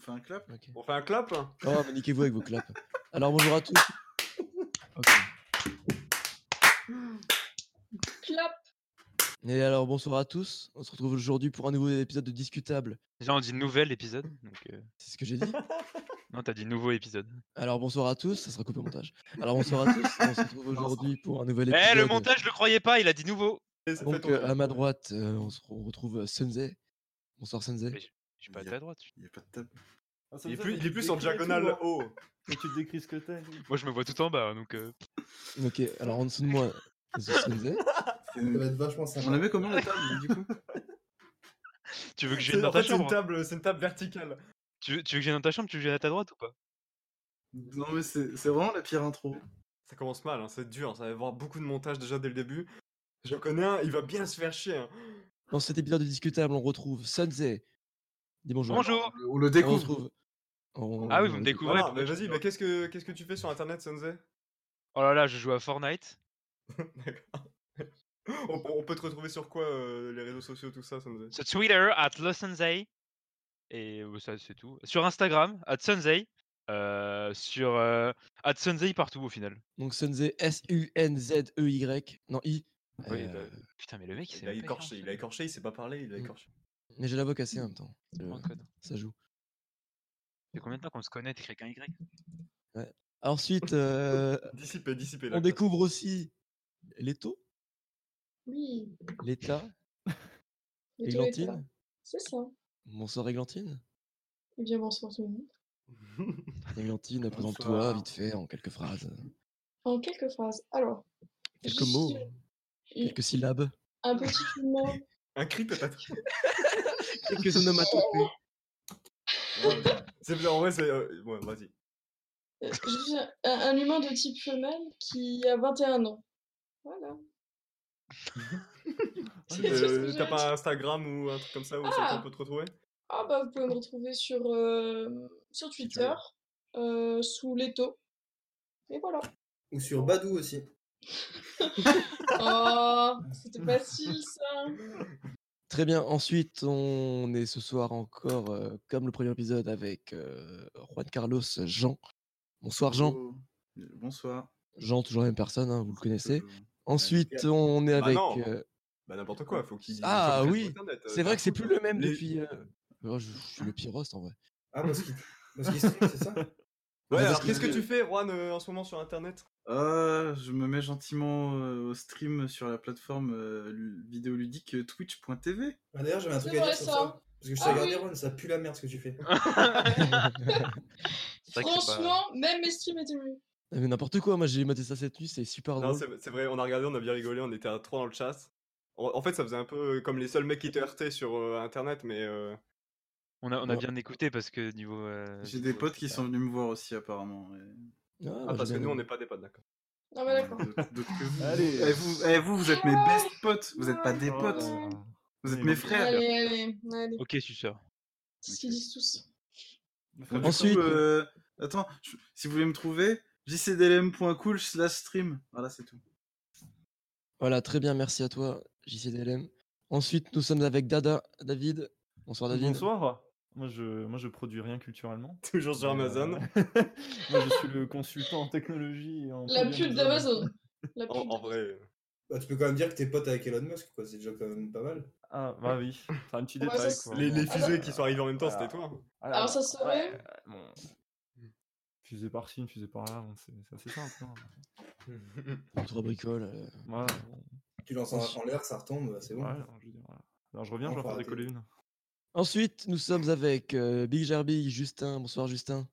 fait un clap. Okay. On fait un clap? Oh, mais niquez-vous avec vos claps. Alors, bonjour à tous. Ok. Clap. Et alors, bonsoir à tous. On se retrouve aujourd'hui pour un nouveau épisode de Discutable. Déjà, on dit nouvel épisode. Donc, C'est ce que j'ai dit. Non, t'as dit nouveau épisode. Alors, bonsoir à tous. Ça sera coupé au montage. Alors, bonsoir à tous. On se retrouve aujourd'hui pour un nouvel épisode. Eh, le montage, je le croyais pas, il a dit nouveau. Donc, à ma droite, on retrouve Sunzay. Bonsoir, Sunzay. Mais je suis pas à ta droite. Il n'y a pas de table. Ah, il est plus en diagonale haut. Et tu te décris ce que t'es. Moi, je me vois tout en bas, donc. Ok, alors en dessous de moi, Sunzay. Ça va être vachement sympa. On avait comment la table du coup? Tu veux que je vienne dans ta chambre? C'est une table verticale. Tu veux que je vienne dans ta chambre? Tu veux que je vienne à ta droite ou pas? Non mais c'est vraiment la pire intro. Ça commence mal, hein, c'est dur, ça va y avoir beaucoup de montage déjà dès le début. J'en connais un, il va bien se faire chier. Hein. Dans cet épisode de Discutable, on retrouve Sunzay. Dis bonjour. Bonjour. On le On découvre. retrouve. Ah oui, vous me découvrez. Voilà, mais vas-y, mais qu'est-ce que tu fais sur internet, Sunzay? Oh là là, je joue à Fortnite. D'accord. On peut te retrouver sur quoi, les réseaux sociaux, tout ça, Sunzay? Sur Twitter, @losunzay. Et ça, c'est tout. Sur Instagram, @sunzay. Sur @sunzay partout au final. Donc Sunzay, S-U-N-Z-E-Y. Non, I. Oui, putain, mais le mec, Il a écorché, il sait pas parler, il a écorché. Mais j'ai la voix cassée en même temps. Ça joue. Ça fait combien de temps qu'on se connaît? T'écris qu'un Y? Ouais. Ensuite, Dissipé. on découvre aussi Leto, Oui. Léta, Le tour est là. Églantine. C'est ça. Bonsoir Églantine. Eh bien, bonsoir tout le monde. Églantine, présente-toi vite fait en quelques phrases. En quelques phrases. Alors. Quelques mots, quelques syllabes. Un petit humain. Un cri peut-être. Quelques onomatopées. En vrai, c'est. Ouais, vas-y. Je suis un humain de type femelle qui a 21 ans. Voilà. C'est tout ce que j'ai T'as à pas dire. Instagram ou un truc comme ça où sur lequel on peut te retrouver? Ah bah vous pouvez me retrouver sur Twitter, sous Leto. Et voilà. Ou sur Badou aussi. Oh, c'était facile ça. Très bien. Ensuite, on est ce soir encore, comme le premier épisode, avec Juan Carlos Jean. Bonsoir Jean. Oh. Bonsoir. Jean, toujours la même personne, hein, vous le connaissez. Toujours. Ensuite, on est avec. non. Bah n'importe quoi, faut qu'il. Ah faut qu'il oui, fasse Internet, c'est vrai que c'est plus le même Les- depuis. Oh, je suis le pire host en vrai. Ah, parce qu'il stream, c'est ça? Ouais, Parce alors que- qu'est-ce que tu fais, Juan, en ce moment sur internet? Je me mets gentiment au stream sur la plateforme vidéoludique twitch.tv. Ah, d'ailleurs, j'avais un truc C'est à vrai, dire sur ça. ça. Parce que je t'ai Ah regardé, oui. Ron, ça pue la merde ce que tu fais. C'est vrai que c'est pas- Franchement, même mes streams étaient mieux. Ah, mais n'importe quoi, moi j'ai maté ça cette nuit, c'est super Non, drôle. c'est vrai, on a regardé, on a bien rigolé, on était à 3 dans le chat. En fait, ça faisait un peu comme les seuls mecs qui te RT sur internet, mais. On a Ouais. bien écouté parce que niveau. J'ai des potes qui sont venus me voir aussi apparemment. Ah, moi, Ah, parce j'ai que bien nous, on aimé. n'est pas des potes, d'accord. Ah bah d'accord. D'autres que vous. Allez. Vous êtes mes best potes. Vous êtes pas des potes. Vous êtes Oui, mes mais- frères. Allez. Ok, suceur. C'est ce qu'ils disent tous. Du coup, Ensuite- attends, si vous voulez me trouver, jcdlm.cool/stream. Voilà, c'est tout. Voilà, très bien, merci à toi, JCDLM. Ensuite, nous sommes avec David. Bonsoir David. Bonsoir. Moi, je produis rien culturellement. Toujours sur Amazon. Moi, je suis le consultant en technologie. Et en La produits pub d'Amazon. La pub En vrai. Bah, tu peux quand même dire que t'es pote avec Elon Musk, quoi. C'est déjà quand même pas mal. Ah, bah oui. C'est un petit Ouais, détail, ça, quoi. Les Bon. fusées qui sont arrivées en même temps, Voilà. c'était toi. Voilà. Alors, ça serait- Bon. Fusée par-ci, une fusée par-là, bon, c'est assez simple. Hein. On te rebricole. Voilà. Bon. Tu lances en l'air, ça retombe, c'est bon. Ouais, alors, je veux dire, voilà. Alors, je reviens, je vais Enfin, faire décoller une. Ensuite, nous sommes avec Big Gerby, Justin. Bonsoir Justin.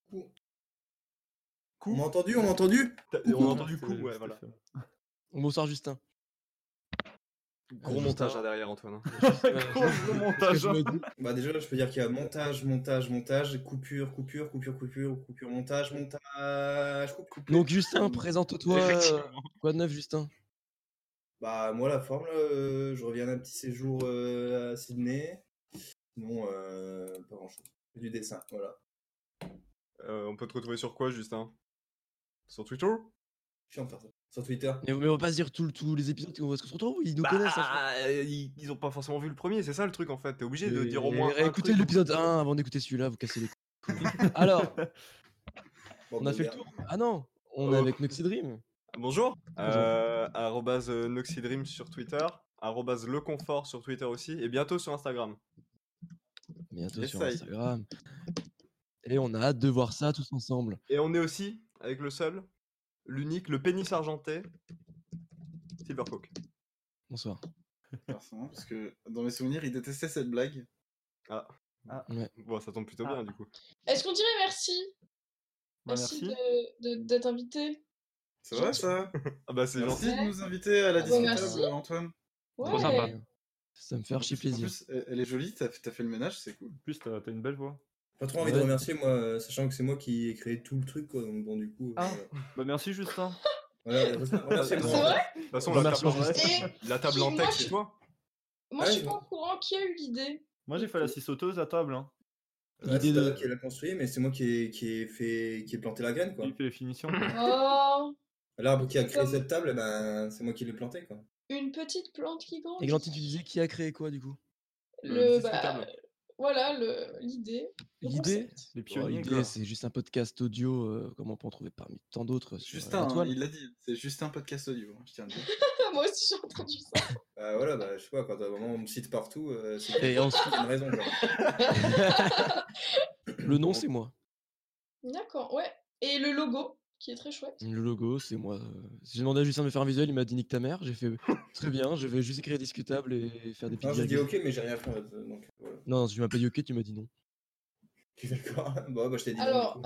On m'a entendu, on m'a entendu? On a entendu C'était- coup, ouais, c'était voilà. fait. Bonsoir Justin. Gros Justin. montage là derrière, Antoine. hein. Gros montage. Je me dis- Bah déjà, je peux dire qu'il y a montage, coupure, montage, coupe. Donc Justin, présente-toi. Effectivement. Quoi de neuf Justin? Bah moi la forme, là, je reviens d'un petit séjour à Sydney. Sinon, pas grand chose. Du dessin, voilà. On peut te retrouver sur quoi, Justin? Sur Twitter? Chiant de faire ça. Sur Twitter. Mais on va pas se dire tous les épisodes où est-ce qu'on se retrouve, ils nous connaissent. Hein. Ils ont pas forcément vu le premier, c'est ça le truc en fait. T'es obligé de dire au moins. Écoutez l'épisode 1 avant d'écouter celui-là, vous cassez les couilles. Alors, on a fait le tour. Ah non, on est avec Noxydream. Bonjour. @Noxydream sur Twitter, @leconfort sur Twitter aussi, et bientôt sur Instagram. Bientôt sur Instagram. Et on a hâte de voir ça tous ensemble. Et on est aussi avec le seul, l'unique, le pénis argenté, Silvercoke. Bonsoir. Forcément, parce que dans mes souvenirs, il détestait cette blague. Ouais. Bon, ça tombe plutôt bien du coup. Est-ce qu'on dirait merci? Merci d'être invité. C'est vrai ça? Ah bah c'est Merci gentil. de nous inviter à la discutable, Antoine. Ouais. Trop sympa. Ça me fait archi En plaisir. plus, elle est jolie, t'as fait le ménage, c'est cool. En plus, t'as une belle voix. Pas trop envie de remercier, moi, sachant que c'est moi qui ai créé tout le truc, quoi. Donc bon, du coup. Ah, bah merci Justin. Voilà, remerciez-moi. C'est vrai? De toute façon, Remercie la table en texte, c'est toi. Moi, je suis pas au courant. Qui a eu l'idée? Moi j'ai fait la scie sauteuse à table. Hein. L'idée de qui l'a construit, mais c'est moi qui ai planté la graine, quoi. Il fait les finitions. Oh, L'arbre qui a créé cette table, ben, c'est moi qui l'ai planté, quoi. une petite plante qui grandit. Églantine, tu disais qui a créé quoi du coup? Voilà, l'idée. le L'idée, concept. Les pionniers, l'idée quoi. c'est juste un podcast audio, comme on peut en trouver parmi tant d'autres sur Justin, la toile. il l'a dit, c'est juste un podcast audio, je tiens à le dire. Moi aussi, j'ai entendu ça. Voilà, je sais pas, quand vraiment on me cite partout, c'est Et ensuite, une raison, quoi. le nom c'est moi. D'accord, ouais. Et le logo, qui est très chouette. Le logo c'est moi. J'ai demandé à Justin de me faire un visuel, il m'a dit nique ta mère. J'ai fait très bien, je vais juste écrire discutable et faire des petites Non, j'ai dit virgules. ok, mais j'ai rien fait, donc voilà. Non, tu m'as pas dit ok, tu m'as dit non. D'accord. Bon, je t'ai dit. Alors,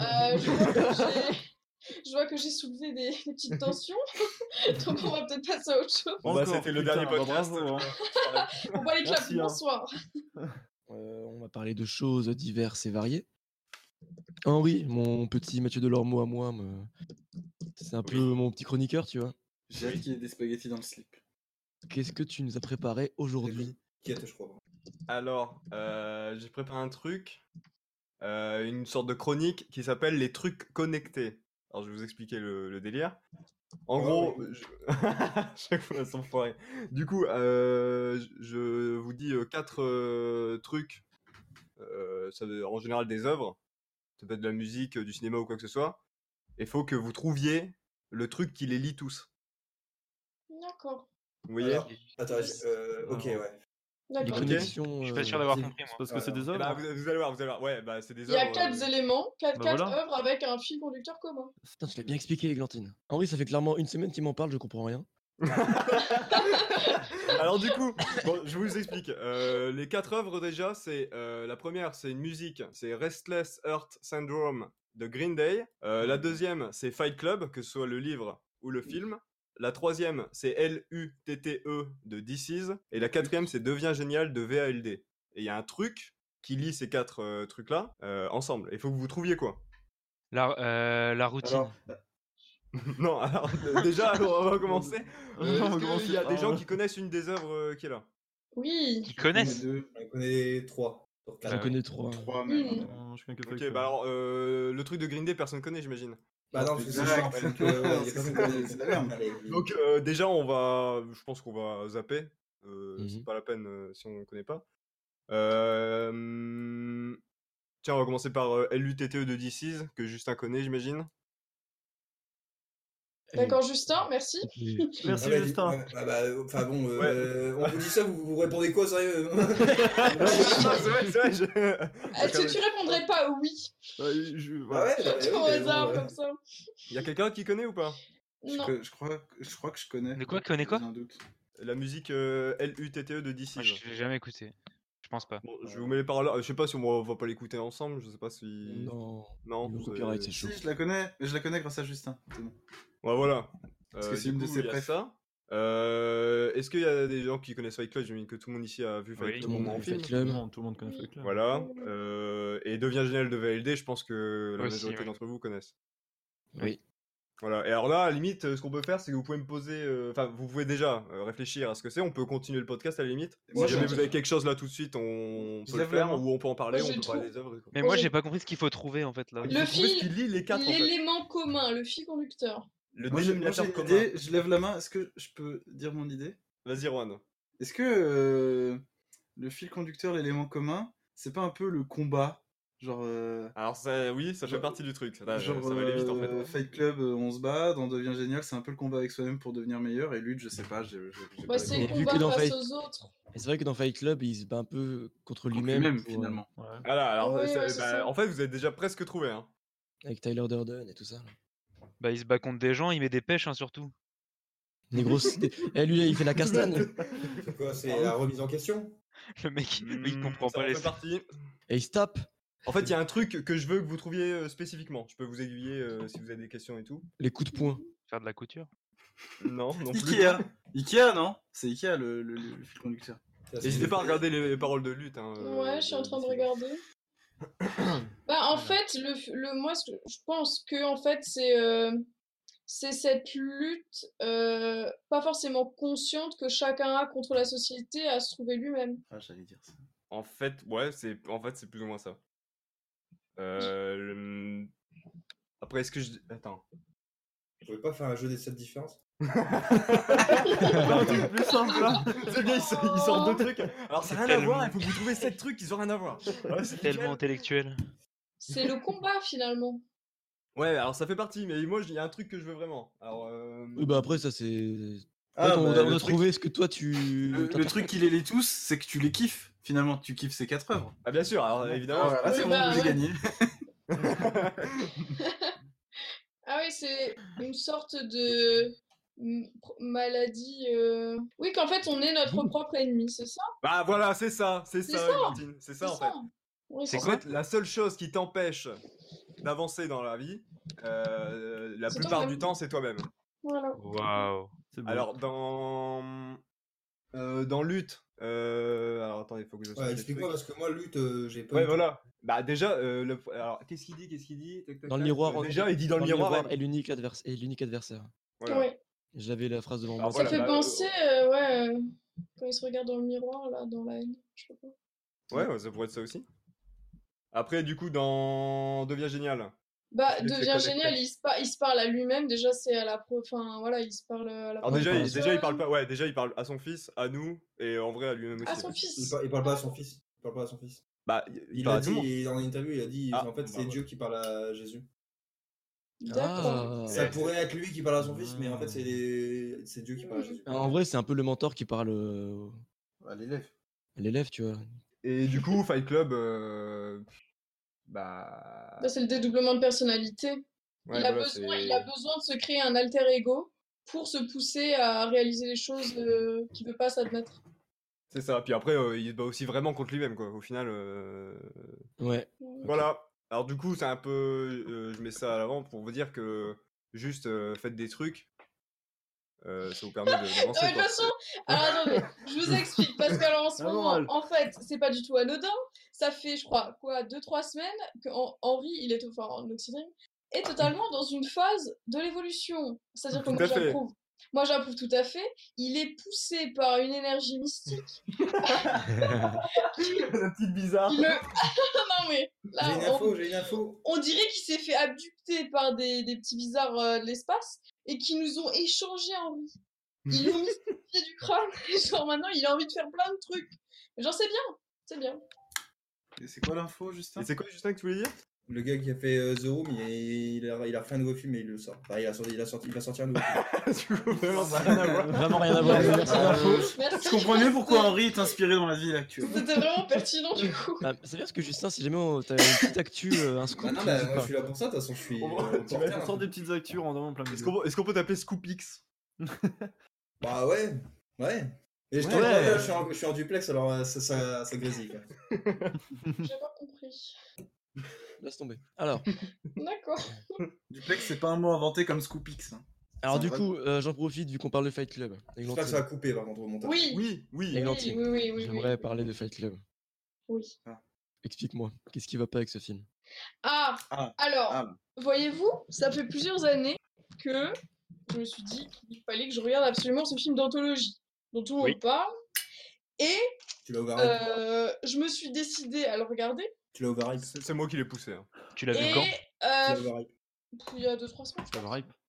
je vois que j'ai soulevé des petites tensions. Donc, on va peut-être passer à autre chose. Bon, bah, c'était le dernier podcast. Bravo, hein. On va les clapper, Merci, hein. bonsoir. On va parler de choses diverses et variées. Henri, mon petit Mathieu Delormeau à moi, c'est un peu mon petit chroniqueur, tu vois. J'ai hâte qu'il y ait des spaghettis dans le slip. Qu'est-ce que tu nous as préparé aujourd'hui? Quête, je crois. Alors, j'ai préparé un truc, une sorte de chronique qui s'appelle les trucs connectés. Alors, je vais vous expliquer le délire. En gros, chaque fois, sans foirer. Du coup, je vous dis 4 trucs, ça veut, en général des œuvres, ça peut être de la musique, du cinéma ou quoi que ce soit. Il faut que vous trouviez le truc qui les lie tous. D'accord. Vous voyez? Alors, attends, ok, ouais. Les D'accord. connexions. Je suis pas sûr d'avoir compris, moi. Parce que c'est des Eh œuvres. bah, vous allez voir. Ouais, bah, c'est des Il y a œuvres. 4 éléments, 4 Bah voilà. œuvres avec un fil conducteur commun. Putain, tu l'as bien expliqué, Églantine. Henri, ça fait clairement une semaine qu'il m'en parle, je comprends rien. Alors du coup, bon, je vous explique. Les 4 œuvres déjà, c'est la première, c'est une musique, c'est Restless Earth Syndrome de Green Day. La deuxième, c'est Fight Club, que ce soit le livre ou le film. La troisième, c'est L-U-T-T-E de This Is. Et la quatrième, c'est Devient Génial de VALD. Et il y a un truc qui lie ces 4 trucs-là ensemble. Il faut que vous trouviez quoi. La routine. Alors, Non, alors déjà, on va commencer. On va commencer Il y a des par- gens qui connaissent une des œuvres qui est là. Oui. Qui on est connaissent. deux, On connaît 3 sur J'en 4. connais 3. 3 même. Hmm. Non, je connais que Ok, Fight bah Club. alors, le truc de Green Day, personne connaît, j'imagine. Bah non, parce que c'est Direct. chiant. Donc, ouais, y a personne qui connaît. C'est de la merde. Allez, Donc déjà, je pense qu'on va zapper. C'est pas la peine si on connaît pas. Tiens, on va commencer par LUTTE de This Is, que Justin connaît, j'imagine. D'accord, Justin, merci. Merci Ah bah, Justin. ouais, enfin bon, Ouais. on vous dit ça, vous répondez quoi, sérieux? Non, c'est vrai, Est-ce que tu répondrais pas oui Ah ouais, au hasard comme ça? Il y a quelqu'un qui connaît ou pas? Non. Je crois que je connais. De quoi, connais quoi? J'ai un doute. La musique LUTTE de This Moi, Is. je l'ai jamais écouté. Je pense pas. Bon, je vous mets les paroles là. Je sais pas si on va pas l'écouter ensemble, je sais pas si... Non. Non, Le c'est- copyright, c'est chaud. Si, je la connais, mais je la connais grâce à Justin. C'est bon. Ouais, voilà. Parce que c'est Du une de coup, ses il y a préf. ça. Est-ce qu'il y a des gens qui connaissent Fight Club? J'imagine que tout le monde ici a vu Fight Oui. Club Tout le au monde moins a en vu film. Fight Club. Tout le monde connaît Fight Club. Voilà. Et Devient Génial de VLD, je pense que la Aussi, majorité oui. d'entre vous connaissent. Oui. Voilà. Et alors là, à la limite, ce qu'on peut faire, c'est que vous pouvez me poser. Enfin, vous pouvez déjà réfléchir à ce que c'est. On peut continuer le podcast à la limite. Moi, Si jamais je- vous avez quelque chose là tout de suite, on Je peut le lève la faire main. ou on peut en parler, Moi, on j'ai peut parler tout. des œuvres. Mais Moi, moi, j'ai- j'ai pas compris ce qu'il faut trouver en fait là. Il Le faut trouver ce fil- qui lie les 4 en fait. L'élément commun, le fil conducteur. Le Moi, j'ai dénominateur une commun. idée, je lève la main. Est-ce que je peux dire mon idée? Vas-y, Juan. Est-ce que le fil conducteur, l'élément commun, c'est pas un peu le combat? Genre, Alors, oui, ça fait Genre- partie du truc. Là, genre ça va aller vite en fait. Fight Club, on se bat, dans Devient Génial, c'est un peu le combat avec soi-même pour devenir meilleur, et Lutte, je sais pas, j'ai pas Ouais, c'est Et le vu que combat dans face Fight- aux autres. Et c'est vrai que dans Fight Club, il se bat un peu contre contre lui-même. lui-même, pour, finalement. Ouais. Voilà, alors, Ouais, ouais, c'est ça. en fait, vous avez déjà presque trouvé. Hein. avec Tyler Durden et tout ça. Bah, il se bat contre des gens, il met des pêches, hein, surtout. Les grosses. Et lui, il fait la castagne. C'est quoi, c'est la remise en question? Le mec, il comprend ça pas en les. fait partie. Et il se tape. En fait, il y a un truc que je veux que vous trouviez spécifiquement. Je peux vous aiguiller si vous avez des questions et tout. Les coups de poing. Faire de la couture. Non, non plus. Ikea. Ikea, non? C'est Ikea le fil conducteur. N'hésitez pas à regarder les paroles de lutte. Hein, Ouais, je suis en train de regarder. Bah, en fait, moi, je pense que en fait, c'est cette lutte pas forcément consciente que chacun a contre la société à se trouver lui-même. Ah, j'allais dire ça. En fait, ouais, c'est plus ou moins ça. Après, est-ce que je... Attends. Vous pouvez pas faire un jeu des 7 différences? Un truc plus simple là. C'est bien, il sort deux trucs. Alors, ça n'a rien à voir, tellement- il faut que vous trouviez 7 trucs qui ont rien à voir. Ouais, c'est Tellement nickel. intellectuel. C'est le combat finalement. Ouais, alors ça fait partie, mais moi, il y a un truc que je veux vraiment. Alors, Oui, bah après, ça c'est. Ah, En fait, on bah, doit le truc- trouver ce que toi tu. Le truc qu'il les tous, c'est que tu les kiffes. Finalement, tu kiffes ces 4 œuvres. ah, bien sûr, alors évidemment. Ah, voilà, c'est Oui, bon, bah, j'ai ouais. gagné. Ah oui, c'est une sorte de maladie. Oui, qu'en fait, on est notre propre ennemi, c'est ça? Bah voilà, c'est ça, ça. Martine. C'est ça, en fait. Oui, C'est En quoi fait, la seule chose qui t'empêche d'avancer dans la vie, la C'est plupart toi-même. du temps, c'est toi-même. Voilà. Waouh. C'est beau. Alors, dans lutte, alors attendez, il faut que je Ouais, sorte les explique-moi trucs. parce que moi, lutte, j'ai pas. Ouais, eu le temps. voilà. Bah déjà, alors qu'est-ce qu'il dit Tac, tac, Dans le tac. miroir. Déjà, il dit dans le miroir. est l'unique adversaire. Voilà. Ouais. J'avais la phrase devant Alors moi. Ça voilà, fait bah, penser, quand il se regarde dans le miroir, là, dans la haine. Je sais pas. Ouais, ça pourrait être ça aussi. Après, du coup, dans Devient Génial. Bah, Il est fait devient connecter. génial, il se parle à lui-même, déjà c'est à la enfin voilà, il se parle à la Alors déjà, première il personne. parle pas. Ouais, déjà, il parle à son fils, à nous, et en vrai à lui-même aussi. À son ouais. fils. Il parle pas à son fils. Il parle pas à son fils. Bah, Il parle a à tout le monde. dit dans l'interview, il a dit Ah, en fait bah, c'est ouais. Dieu qui parle à Jésus. D'accord. Ah. Ça Ouais. pourrait être lui qui parle à son fils, mais en fait c'est Dieu qui parle à Jésus. En vrai, c'est un peu le mentor qui parle À l'élève. à l'élève, tu vois. Et du coup, Fight Club, bah. Bah, c'est le dédoublement de personnalité. Ouais, il a voilà, besoin de se créer un alter ego pour se pousser à réaliser les choses qu'il veut pas s'admettre. c'est ça. Puis après, il se bat aussi vraiment contre lui-même, quoi. Au final, Ouais. voilà. Alors du coup, c'est un peu, je mets ça à l'avant pour vous dire que juste faites des trucs, ça vous permet d'avancer. Non, mais de toute façon, alors attendez, je vous explique, parce qu'alors en ce La moment, morale. en fait, c'est pas du tout anodin. Ça fait, je crois, 2-3 semaines que Henri, il est en Oxydream, est totalement dans une phase de l'évolution. C'est-à-dire que Tout moi à fait. j'approuve. Moi j'approuve tout à fait. Il est poussé par une énergie mystique. La petite bizarre. qui le- non mais là, J'ai une info. on dirait qu'il s'est fait abducter par des petits bizarres de l'espace et qui nous ont échangé Henri. Ils l'ont mis sur le pied du crâne et genre maintenant il a envie de faire plein de trucs. Mais genre c'est bien. Et c'est quoi l'info, Justin? Et c'est quoi, Justin, que tu voulais dire? Le gars qui a fait The Room, il a fait un nouveau film et il le sort. Enfin, il va sortir un nouveau film. Du coup, vraiment, ça n'a rien à voir. Vraiment rien à voir. Merci l'info. Merci. Je comprends mieux pourquoi Henri est inspiré dans la vie actuelle. C'était vraiment pertinent du coup. Ah, c'est bien parce que Justin, si jamais t'as une petite actu, un scoop. Bah non, tu bah, dis moi pas. je suis là pour ça, de toute façon je suis. Tu reporter, vas hein. On sort des petites actus en plein milieu. Est-ce qu'on peut t'appeler Scoopix? Bah ouais. Et je Ouais. t'entends là, je suis en duplex alors ça grésille. Quoi. J'ai pas compris. Laisse tomber. Alors, D'accord. Duplex, c'est pas un mot inventé comme Scoopix. Hein. alors C'est du un coup, j'en profite vu qu'on parle de Fight Club. J'espère que ça va couper par contre au montage. Oui. Oui. Oui, Églantine. oui. J'aimerais parler de Fight Club. Oui. Explique-moi, qu'est-ce qui va pas avec ce film? Ah, Ah. alors, Ah. voyez-vous, ça fait plusieurs années que je me suis dit qu'il fallait que je regarde absolument ce film d'anthologie dont tout le monde Oui. parle. Et Tu l'as overhype. je me suis décidée à le regarder. Tu l'as overhype. C'est moi qui l'ai poussé. Hein. Tu l'as vu Et quand? Tu l'as overhype. il y a 2-3 semaines. Ça va hype.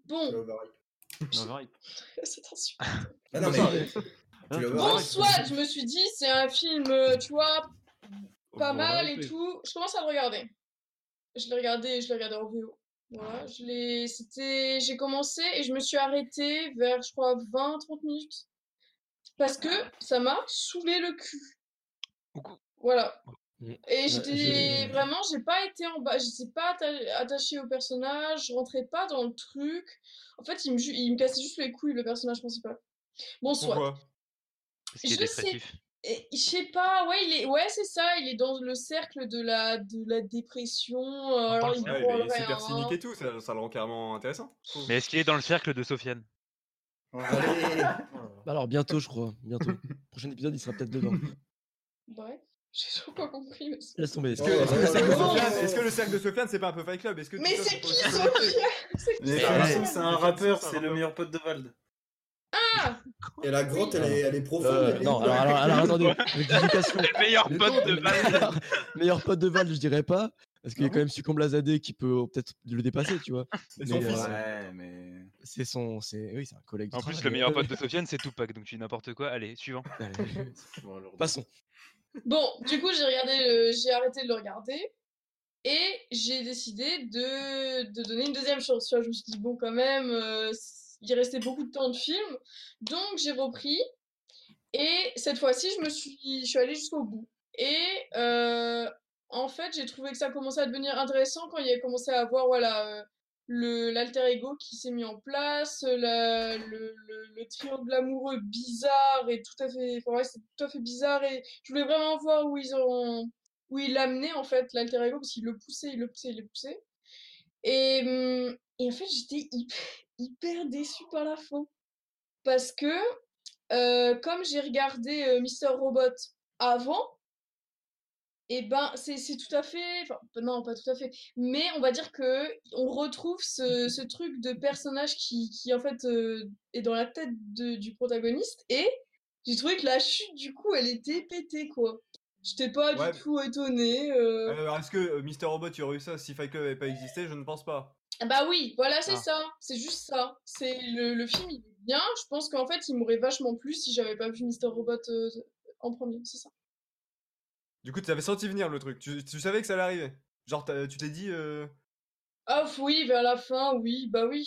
Bon, Tu l'as overhype. c'est insultant. Ah non, mais tu l'as Bon, overhype. soit, je me suis dit, c'est un film, tu vois, pas mal et Overhypé. tout. Je commence à le regarder. Je l'ai regardé en VO. Voilà, j'ai commencé et je me suis arrêtée vers, je crois, 20-30 minutes. Parce que ça m'a saoulé le cul. Voilà. Et vraiment, j'ai pas été en bas, j'étais pas attachée au personnage, je rentrais pas dans le truc. En fait, il me cassait juste les couilles, le personnage principal. Bon, soit. Pourquoi? Parce qu'il est Je sais, dépressif. je sais pas, ouais, c'est ça, il est dans le cercle de la dépression. Alors, il Ouais, branle il est super rien. cynique et tout, ça le rend carrément intéressant. je trouve. Mais est-ce qu'il est dans le cercle de Sofiane? Allez. Bah alors, bientôt, je crois. Bientôt. Prochain épisode, il sera peut-être dedans. Ouais, j'ai toujours pas compris. Mais Laisse tomber. Est-ce que le cercle de Oh. Sofiane- est-ce que le cercle de Sofiane, c'est pas un peu Fight Club? Est-ce que tout Mais ça, c'est pas qui aussi- Sofiane? C'est qui Mais Ouais. Fianso, c'est un rappeur, C'est un c'est le rappeur. meilleur pote de Vald. Ah, Et la grotte, elle est profonde. elle est Non, où, alors attendez. Rectification. Le meilleur Le pote temps, de le Val. Meilleur pote de Val, je dirais pas. Parce qu'il y a Ah quand même Succombe Lazadé qui peut peut-être le dépasser, tu vois. Mais son Mais, fils. Ouais, mais. Oui, c'est un collègue. de En plus, travail. le meilleur pote de Sofiane, c'est Tupac, donc tu dis n'importe quoi. Allez, suivant. Allez, passons. bon, du coup, j'ai arrêté de le regarder et j'ai décidé de donner une deuxième chance. Tu vois, je me suis dit, bon, quand même, il restait beaucoup de temps de film, donc j'ai repris et cette fois-ci, je suis allée jusqu'au bout. Et en fait, j'ai trouvé que ça commençait à devenir intéressant quand il a commencé à avoir, voilà, l'alter ego qui s'est mis en place, le triangle amoureux bizarre et tout à fait, enfin, ouais, c'est tout à fait bizarre et je voulais vraiment voir où il l'amenait en fait l'alter ego parce qu'il le poussait, il le poussait, il le poussait. Et en fait, j'étais hyper déçue par la fin parce que comme j'ai regardé Mister Robot avant, et ben c'est tout à fait, enfin non pas tout à fait, mais on va dire que on retrouve ce truc de personnage qui en fait est dans la tête du protagoniste et j'ai trouvé que la chute du coup elle était pétée quoi. J'étais pas Ouais. du tout étonnée. Alors, est-ce que Mister Robot, il y aurait eu ça si Fight Club avait pas existé? Je ne pense pas. Bah oui, voilà, c'est Ah. ça, c'est juste ça. C'est le film, il est bien. Je pense qu'en fait, il m'aurait vachement plu si j'avais pas vu Mister Robot en premier, c'est ça. Du coup, tu avais senti venir le truc. Tu savais que ça allait arriver. Genre, tu t'es dit. Ah oui, vers la fin, oui, bah oui.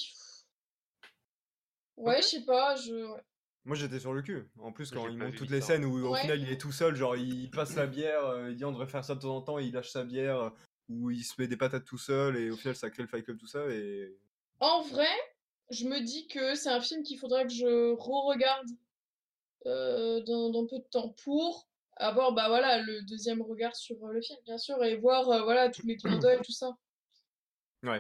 Ouais, Ok. je sais pas, ouais. Moi, j'étais sur le cul. En plus, quand J'ai il pas montre vu toutes les l'histoire. scènes où au Ouais. final il est tout seul, genre il passe la bière, il dit on devrait faire ça de temps en temps, et il lâche sa bière, ou il se met des patates tout seul, et au final ça crée le Fight Club, tout ça, et. En vrai, je me dis que c'est un film qu'il faudrait que je re-regarde dans peu de temps pour avoir bah voilà le deuxième regard sur le film, bien sûr, et voir voilà tous les clins d'œil, tout ça. Ouais.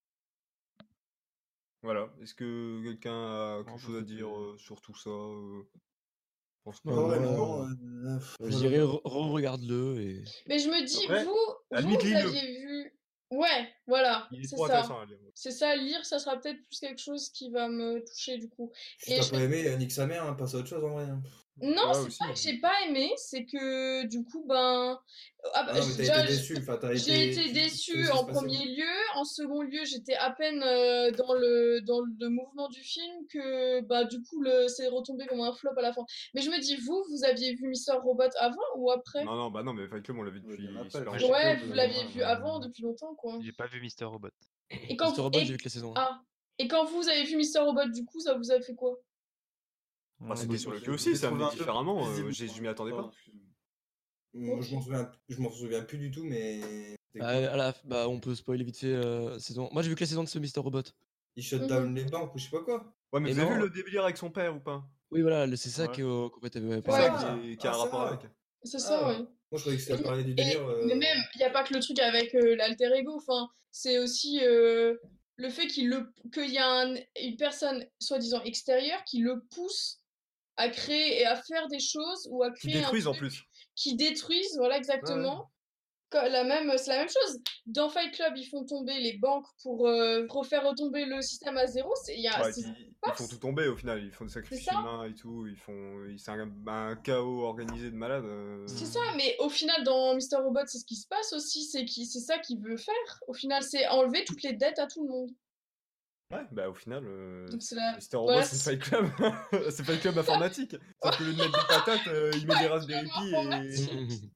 Voilà. Est-ce que quelqu'un a quelque Non, chose à c'était- dire sur tout ça Je pense que. Ouais, Pas ouais, vraiment. Je dirais re-regarde-le et. Mais je me dis, Ouais. À la vous limite, lis-le. aviez vu. Ouais, voilà, Il est c'est trop ça. intéressant à lire. C'est ça, lire, ça sera peut-être plus quelque chose qui va me toucher du coup. Si Et t'as pas aimé, nique sa mère, hein, passe à autre chose en vrai. hein. non, Ouais, c'est aussi. pas que j'ai pas aimé, c'est que du coup, ben. Ah, bah, Ah non, mais déjà, t'as été déçu. Enfin, j'ai été tu sais déçue ce qui en se passait, premier hein. lieu. En second lieu, j'étais à peine dans le mouvement du film que bah du coup c'est retombé comme un flop à la fin. Mais je me dis, vous aviez vu Mister Robot avant ou après? Non, non, bah non, mais Fight Club, on l'a vu Ouais, depuis bien après. super Moi, longtemps. Ouais, Club, vous l'aviez ouais, vu avant depuis longtemps quoi. J'ai pas vu Mister Robot. Et quand Mister Robot, j'ai vu que la saison 1. Ah. Et quand vous avez vu Mister Robot, du coup, ça vous a fait quoi? Bah, Ouais, c'était moi, sur le j'ai- cul aussi, j'ai ça trouvé amenait un peu différemment. visible, Je m'y attendais Pardon, pas. excuse-moi. Moi, je m'en souviens plus du tout, mais. c'était Bah, on peut spoiler vite fait saison. Moi, j'ai vu que la saison de ce Mister Robot. Il shut Mhm. down les banques ou je sais pas quoi. Ouais, mais Et vous avez non. vu le délire avec son père ou pas? Oui, voilà, c'est ça Ouais. qu'en fait, t'avais C'est parlé. ça Ah, qui a un ah, rapport ça. avec. C'est ça, Ah. ouais. Moi, je croyais que ça parlait du délire. Mais même, il n'y a pas que le truc avec l'alter ego, enfin, c'est aussi le fait qu'il y a une personne soi-disant extérieure qui le pousse à créer et à faire des choses ou à Qui créer un détruisent en truc plus. qui détruisent, voilà exactement. C'est la même chose. Dans Fight Club, ils font tomber les banques pour refaire retomber le système à zéro. Ouais, ils font tout tomber au final, ils font des sacrifices ça. humains et tout, c'est un chaos organisé de malade. C'est ça, mais au final, dans Mister Robot, c'est ce qui se passe aussi. C'est ça qu'il veut faire. Au final, c'est enlever toutes les dettes à tout le monde. Ouais, bah au final, Donc c'est la... Mister voilà, Robot, c'est Fight Club. C'est Fight Club informatique. Sauf que le de mettre des patates, il met des Raspberry Pi et.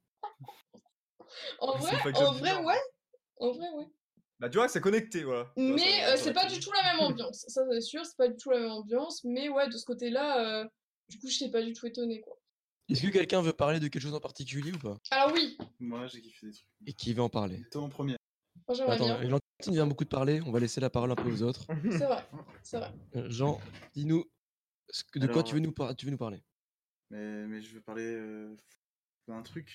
En C'est vrai, le Fight en Club vrai, bizarre. ouais. En vrai, ouais. Bah tu vois, c'est connecté, voilà. Tu vois, Mais ça c'est aurait pas été- du tout la même ambiance. Ça, c'est sûr, c'est pas du tout la même ambiance. Mais ouais, de ce côté-là, du coup, je t'ai pas du tout étonné, quoi. Est-ce que quelqu'un veut parler de quelque chose en particulier ou pas? Alors oui, Moi, j'ai kiffé des trucs. Et qui veut en parler? Toi en premier. moi j'aimerais Attends, bien. Valentine vient beaucoup de parler, on va laisser la parole un peu aux autres. C'est vrai, c'est vrai. Jean, dis-nous de quoi Alors, tu veux nous parler. Mais je veux parler d'un truc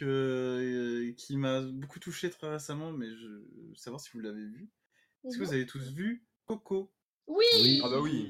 qui m'a beaucoup touché très récemment, mais je veux savoir si vous l'avez vu. Est-ce que vous avez tous vu Coco? Oui. Ah bah oui.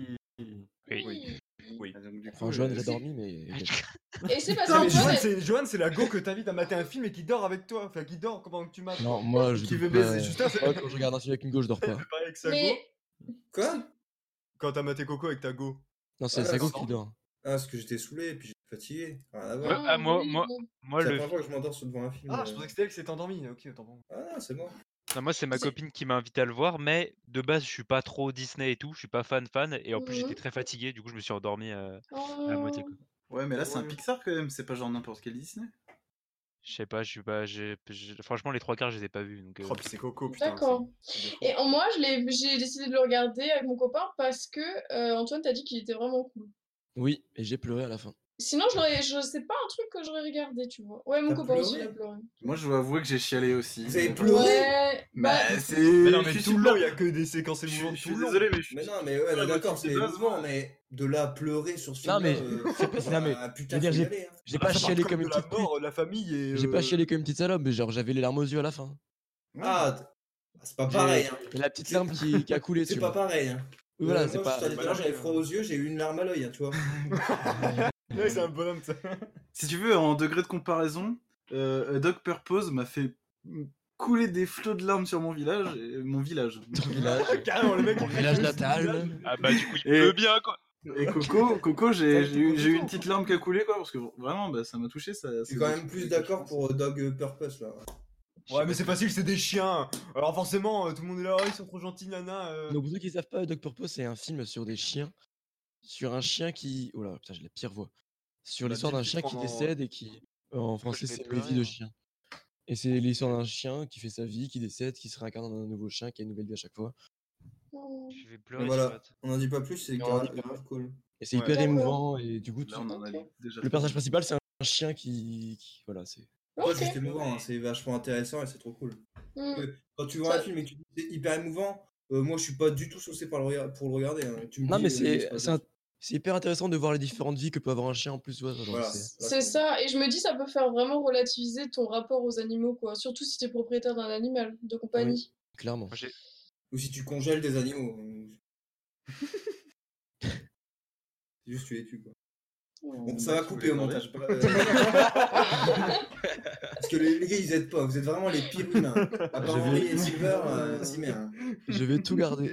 Oui. Oui. Ah, donc, du coup, Enfin, Joanne, elle a dormi, mais. Et c'est parce Non, mais que Johan, c'est la go que t'invites à mater un film et qui dort avec toi. Enfin, qui dort pendant que tu mates. Non, moi, je Qui dors veut pas. baiser, Justin, c'est- Moi, quand je regarde un film avec une go, je dors pas. C'est pareil avec sa go. Mais Quoi? Quand t'as maté Coco avec ta go. Non, c'est Ah, Sago c'est- qui dort. Ah, parce que j'étais saoulé et puis j'étais fatigué. Rien à voir. Ouais, ah, moi, oui, moi, bon. moi, C'est la le... première fois que je m'endors devant un film. Ah, je pensais que c'était elle qui s'était endormie. Ok, attends. Bon. Ah, non, c'est moi. non, moi, c'est ma C'est- copine qui m'a invité à le voir, mais de base, je suis pas trop Disney et tout, je suis pas fan, et en plus, j'étais très fatigué, du coup, je me suis endormi à la moitié, quoi. Ouais, mais là, c'est un Ouais. Pixar quand même, c'est pas genre n'importe quel Disney. Je sais pas, je suis pas, franchement, les 3 quarts, je les ai pas vus, donc. Oh, puis c'est Coco, putain. D'accord. c'est de fou. Et moi, j'ai décidé de le regarder avec mon copain parce que Antoine t'a dit qu'il était vraiment cool. Oui, et j'ai pleuré à la fin. Sinon, je sais pas un truc que j'aurais regardé, tu vois. Ouais, mon T'as copain aussi, pleuré il a pleuré. Moi, je dois avouer que j'ai chialé aussi. Vous avez Mais- pleuré? Ouais, Bah, bah, c'est. Mais non, mais je tout suis le là. long, il y a que des séquences Je émouvantes. suis tout le long. désolé, mais je suis. Mais non, mais ouais, la d'accord, moitié c'est des bases, émouvant, ouais. mais de là à pleurer sur ce Non, film-là, mais non, mais putain, je veux dire, faut y aller, hein. j'ai Ah, pas ça parle chialé comme comme de une la petite pute. mort, la famille et. J'ai pas chialé comme une petite salope, mais genre j'avais les larmes aux yeux à la fin. Ah, c'est pas J'ai- pareil, hein. Et la petite larme qui a coulé C'est dessus. pas pareil, hein. Oui, voilà, Moi, c'est pas. tout à l'heure, j'avais froid aux yeux, j'ai eu une larme à l'œil, hein, tu vois. Ouais, c'est un bonhomme, ça. Si tu veux, en degré de comparaison, Dog Purpose m'a fait couler des flots de larmes sur mon village. Mon village. Ton village. Carrément, le mec. Mon village natal. Ah bah, du coup, il Et- peut bien, quoi. Et Coco, j'ai Ça, eu une Coco. petite larme qui a coulé, quoi, parce que vraiment, bah, ça m'a touché. Je suis quand même plus d'accord pour Dog Purpose, là. Ouais, mais c'est facile, c'est des chiens. Alors forcément, tout le monde est là, oh, ils sont trop gentils, nana. Donc pour ceux qui savent pas, Dog Purpose, c'est un film sur des chiens. Sur un chien qui. Oh là, putain, j'ai la pire voix. Sur Bah, l'histoire dis le d'un chien titre qui en- décède et qui. En français, je vais c'est pleurer, Mes vies de hein. chien. Et c'est l'histoire d'un chien qui fait sa vie, qui décède, qui se réincarne dans un nouveau chien, qui a une nouvelle vie à chaque fois. Je vais Mais pleurer, voilà, j'ai hâte. on en dit pas plus, c'est Mais on en dit grave pas grave cool. Et c'est Ouais. hyper D'accord. émouvant. Et du coup, Là, on en a Ok. déjà. le personnage principal, c'est un chien voilà, c'est. Pas Ok. juste émouvant, hein, c'est vachement intéressant et c'est trop cool. Hmm. Quand tu vois Ça- un film et que tu dis que c'est hyper émouvant, moi je suis pas du tout saucé pour le regarder. Hein. Tu me Non, dis, mais vas-y, pas plus. c'est hyper intéressant de voir les différentes vies que peut avoir un chien en plus. Ouais, genre, Voilà. C'est ça, et je me dis ça peut faire vraiment relativiser ton rapport aux animaux, quoi. Surtout si t'es propriétaire d'un animal de compagnie. Clairement. Moi, j'ai- Ou si tu congèles des animaux. C'est juste tu les tues quoi. Bon, ça va couper au montage. Parce que les gars ils aident pas, vous êtes vraiment les pires humains. À part Je Henry vais- et Silver, s'y met. Hein. Je vais tout garder.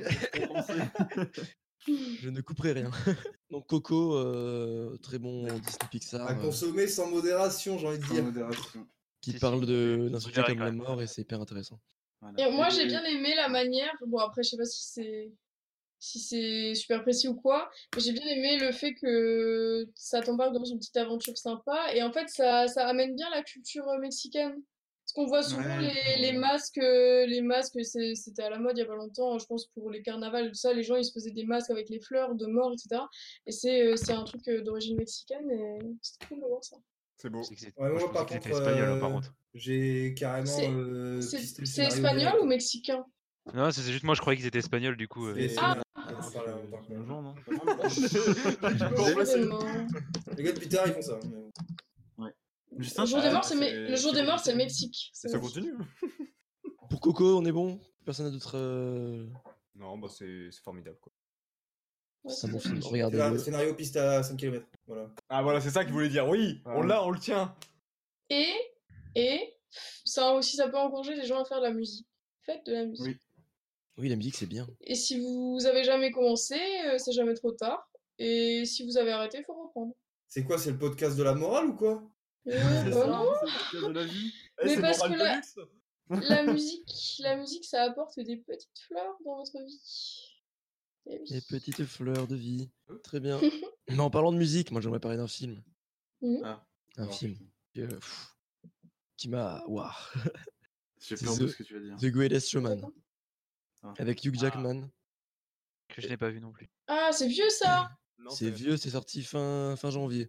Je ne couperai rien. Donc Coco, très bon Disney Pixar, À consommer sans modération, j'ai envie de Sans dire. modération. qui Si, parle si. d'un sujet dirais comme quand la même. mort et c'est hyper intéressant. Voilà. Et moi Et- j'ai bien aimé la manière, bon après je sais pas si c'est super précis ou quoi, mais j'ai bien aimé le fait que ça t'embarque dans une petite aventure sympa, et en fait ça amène bien la culture mexicaine. Parce qu'on voit souvent Ouais. les masques, c'était à la mode il y a pas longtemps, je pense pour les carnavals, tout ça, les gens ils se faisaient des masques avec les fleurs de mort, etc. Et c'est un truc d'origine mexicaine, et c'est cool de voir ça. C'est beau. Je pensais que c'était- Ouais, moi, je moi par pensais que contre, c'était espagnol, par contre. j'ai carrément C'est pisté le c'est scénario espagnol direct. ou mexicain? Non, c'est juste moi, je croyais qu'ils étaient espagnols, du coup. C'est Ah. Bonjour, non Le jour des morts. Les gars de Peter ils font ça. mais bon. Justin, Le jour des tu- morts, le jour des morts, c'est le Mexique. Et ça continue. Pour Coco, on est bon. Personne n'a d'autres. Non, bah c'est formidable quoi. Ouais, C'est un bon ça. film. Le Regardez-le. scénario piste à 5 km. Voilà. Ah voilà, c'est ça qu'il voulait dire. Oui, on Ouais. l'a, on le tient. Et ça aussi, ça peut encourager les gens à faire de la musique. Faites de la musique. Oui. Oui, la musique, c'est bien. Et si vous avez jamais commencé, c'est jamais trop tard. Et si vous avez arrêté, il faut reprendre. C'est quoi, c'est le podcast de la morale ou quoi? Non, c'est de la vie. Eh, Mais c'est parce Moral que là- de luxe. la musique, ça apporte des petites fleurs dans votre vie. Eh oui. Les petites fleurs de vie. Très bien. Mais en parlant de musique, moi j'aimerais parler d'un film. Mhm. Ah, Un Alors, film qui m'a. Waouh. j'ai C'est peur de ce que tu vas dire. The Greatest Showman. Ah. Avec Hugh Jackman. Que je n'ai pas vu non plus. Ah, c'est vieux ça. Non, C'est vieux, c'est sorti fin janvier.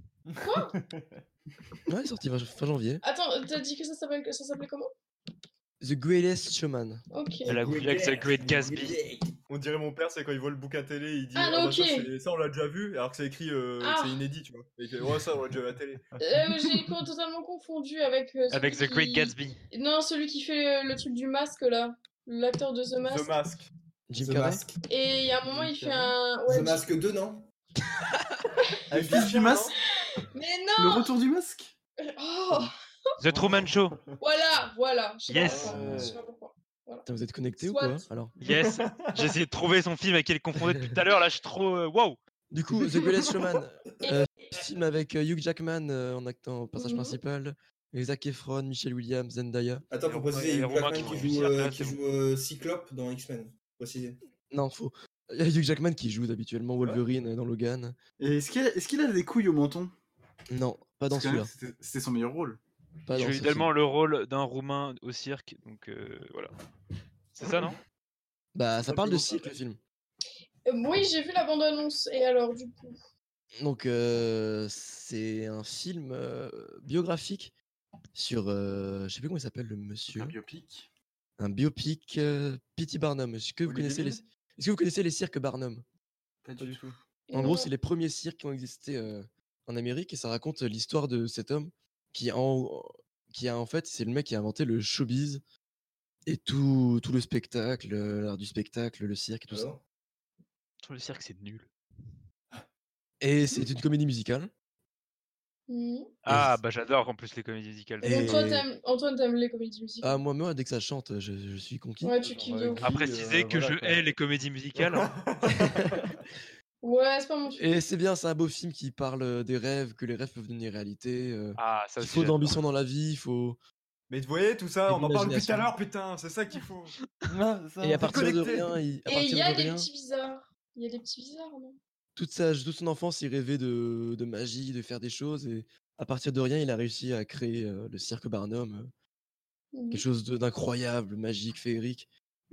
Ouais, sorti fin janvier. Attends, t'as dit que ça s'appelait comment? The Greatest Showman. Ok. Elle a confondu avec The Great Gatsby. On dirait mon père, c'est quand il voit le bouquin télé, il dit Ah, bah, ok. ça on l'a déjà vu, alors que c'est écrit Ah. c'est inédit, tu vois. Et il fait, ouais, ça on l'a déjà vu à la télé. J'ai totalement confondu avec. Avec celui The Great qui- Gatsby. Non, celui qui fait le truc du masque là. L'acteur de The Mask. The Mask. Jim The Carrey. Mask. Et il y a un moment, il Jim fait Carrey. un. Ouais, The Mask 2, non? Avec fils du masque. Mais Le non. retour du masque. Oh, The Truman Show. voilà. Je sais Yes. pas pourquoi. Je sais pas pourquoi. Putain, vous êtes connectés ou Soit. quoi alors? Yes. J'ai essayé de trouver son film avec qui elle confondait depuis tout à l'heure. Là, je suis trop. Waouh. Du coup, The Greatest Showman. Film avec Hugh Jackman en personnage Mhm. principal. Et Zac Efron, Michelle Williams, Zendaya. Attends, Et faut Romain- préciser, et Hugh Romain Jackman qui qui font du joue, cirque, là, qui c'est joue Cyclope dans X-Men. Préciser. Non, faux. Il y a Hugh Jackman qui joue habituellement Wolverine dans Logan. Et est-ce qu'il a des couilles au menton? Non, pas dans Parce que quand même, celui-là. c'était son meilleur rôle. Pas Il dans joue ce également film. le rôle d'un Roumain au cirque. Donc voilà. C'est ça, non? Bah, ça parle de simplement cirque le film. Oui, j'ai vu la bande-annonce. Et alors, du coup. Donc, c'est un film biographique sur. Je sais plus comment il s'appelle le monsieur. Un biopic. Un biopic P.T. Barnum. Est-ce que vous Olivier connaissez Mine Est-ce que vous connaissez les cirques Barnum? Pas du tout. En gros, c'est les premiers cirques qui ont existé en Amérique et ça raconte l'histoire de cet homme qui a en fait, c'est le mec qui a inventé le showbiz et tout le spectacle, l'art du spectacle, le cirque et tout ça. Alors Le cirque, c'est nul. Et c'est une comédie musicale. Mhm. Ah, bah j'adore en plus les comédies musicales. Et- Donc, toi, Antoine, t'aimes les comédies musicales? Ah, moi, dès que ça chante, je suis conquis. Ouais, tu kiffes de ouf. À préciser que je hais les comédies musicales. Ouais, c'est pas mon truc. Et c'est bien, c'est un beau film qui parle des rêves, que les rêves peuvent devenir réalité. Ah, ça Il aussi. faut de j'adore. l'ambition dans la vie, il faut. Mais vous voyez, tout ça, Et on en parle depuis tout à l'imagination. l'heure, putain, c'est ça qu'il faut. Et à partir de connecté. rien, Et il y a des petits bizarres. Il y a des petits bizarres, non? toute son enfance, il rêvait de magie, de faire des choses. Et à partir de rien, il a réussi à créer le cirque Barnum. Mhm. Quelque chose d'incroyable, magique, féerique.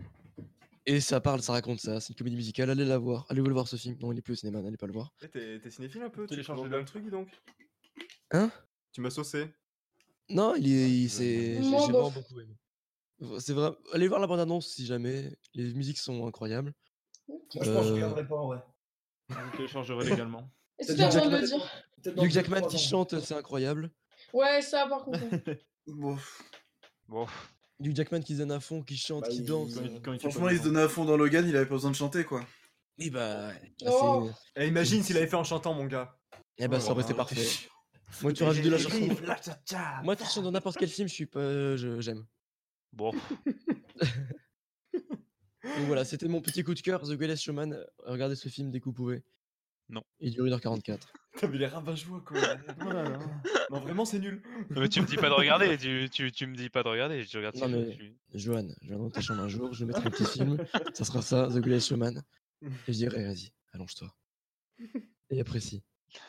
Et ça raconte ça. C'est une comédie musicale. Allez la voir. Allez vous le voir ce film. Non, il est plus au cinéma. N'allez pas le voir. Eh, t'es cinéphile un peu, tu Télécharge changes le le truc, dis donc. Hein? Tu m'as saucé. Non, j'ai Moi, vraiment bof. beaucoup aimé. C'est vrai. Allez voir la bande-annonce si jamais. Les musiques sont incroyables. Moi, je pense que je Euh, regarderai pas en vrai. Je téléchargerai légalement. Est-ce que Peut-être t'as Hugh besoin de le Jackman- dire? Peut-être dans Hugh 2-3 Jackman qui ans. chante, c'est incroyable. Ouais, ça, par contre. Ouais. Bon, Bon. Hugh Jackman qui se donne à fond, qui chante, Bah, qui il- danse. Quand il fait franchement, pas il se donnait à fond dans Logan, il avait pas besoin de chanter, quoi. Et bah, Oh. Eh, imagine s'il avait fait en chantant, mon gars. ça aurait été parfait. Moi, tu rajoutes de la chanson. Moi, tu chantes dans n'importe quel film, j'aime. Bon. Donc voilà, c'était mon petit coup de cœur, The Greatest Showman. Regardez ce film dès que vous pouvez. Non. Il dure 1h44. T'as vu les rabat-joie, quoi. Oh là là. Non, vraiment, c'est nul. Non, mais tu me dis pas de regarder. Tu me dis pas de regarder. Je regarde. Non, si mais- je suis- Johan, je viens dans ta chambre un jour, je mettrai un petit film. Ça sera ça, The Greatest Showman. Et je dirai, vas-y, allonge-toi. Et apprécie.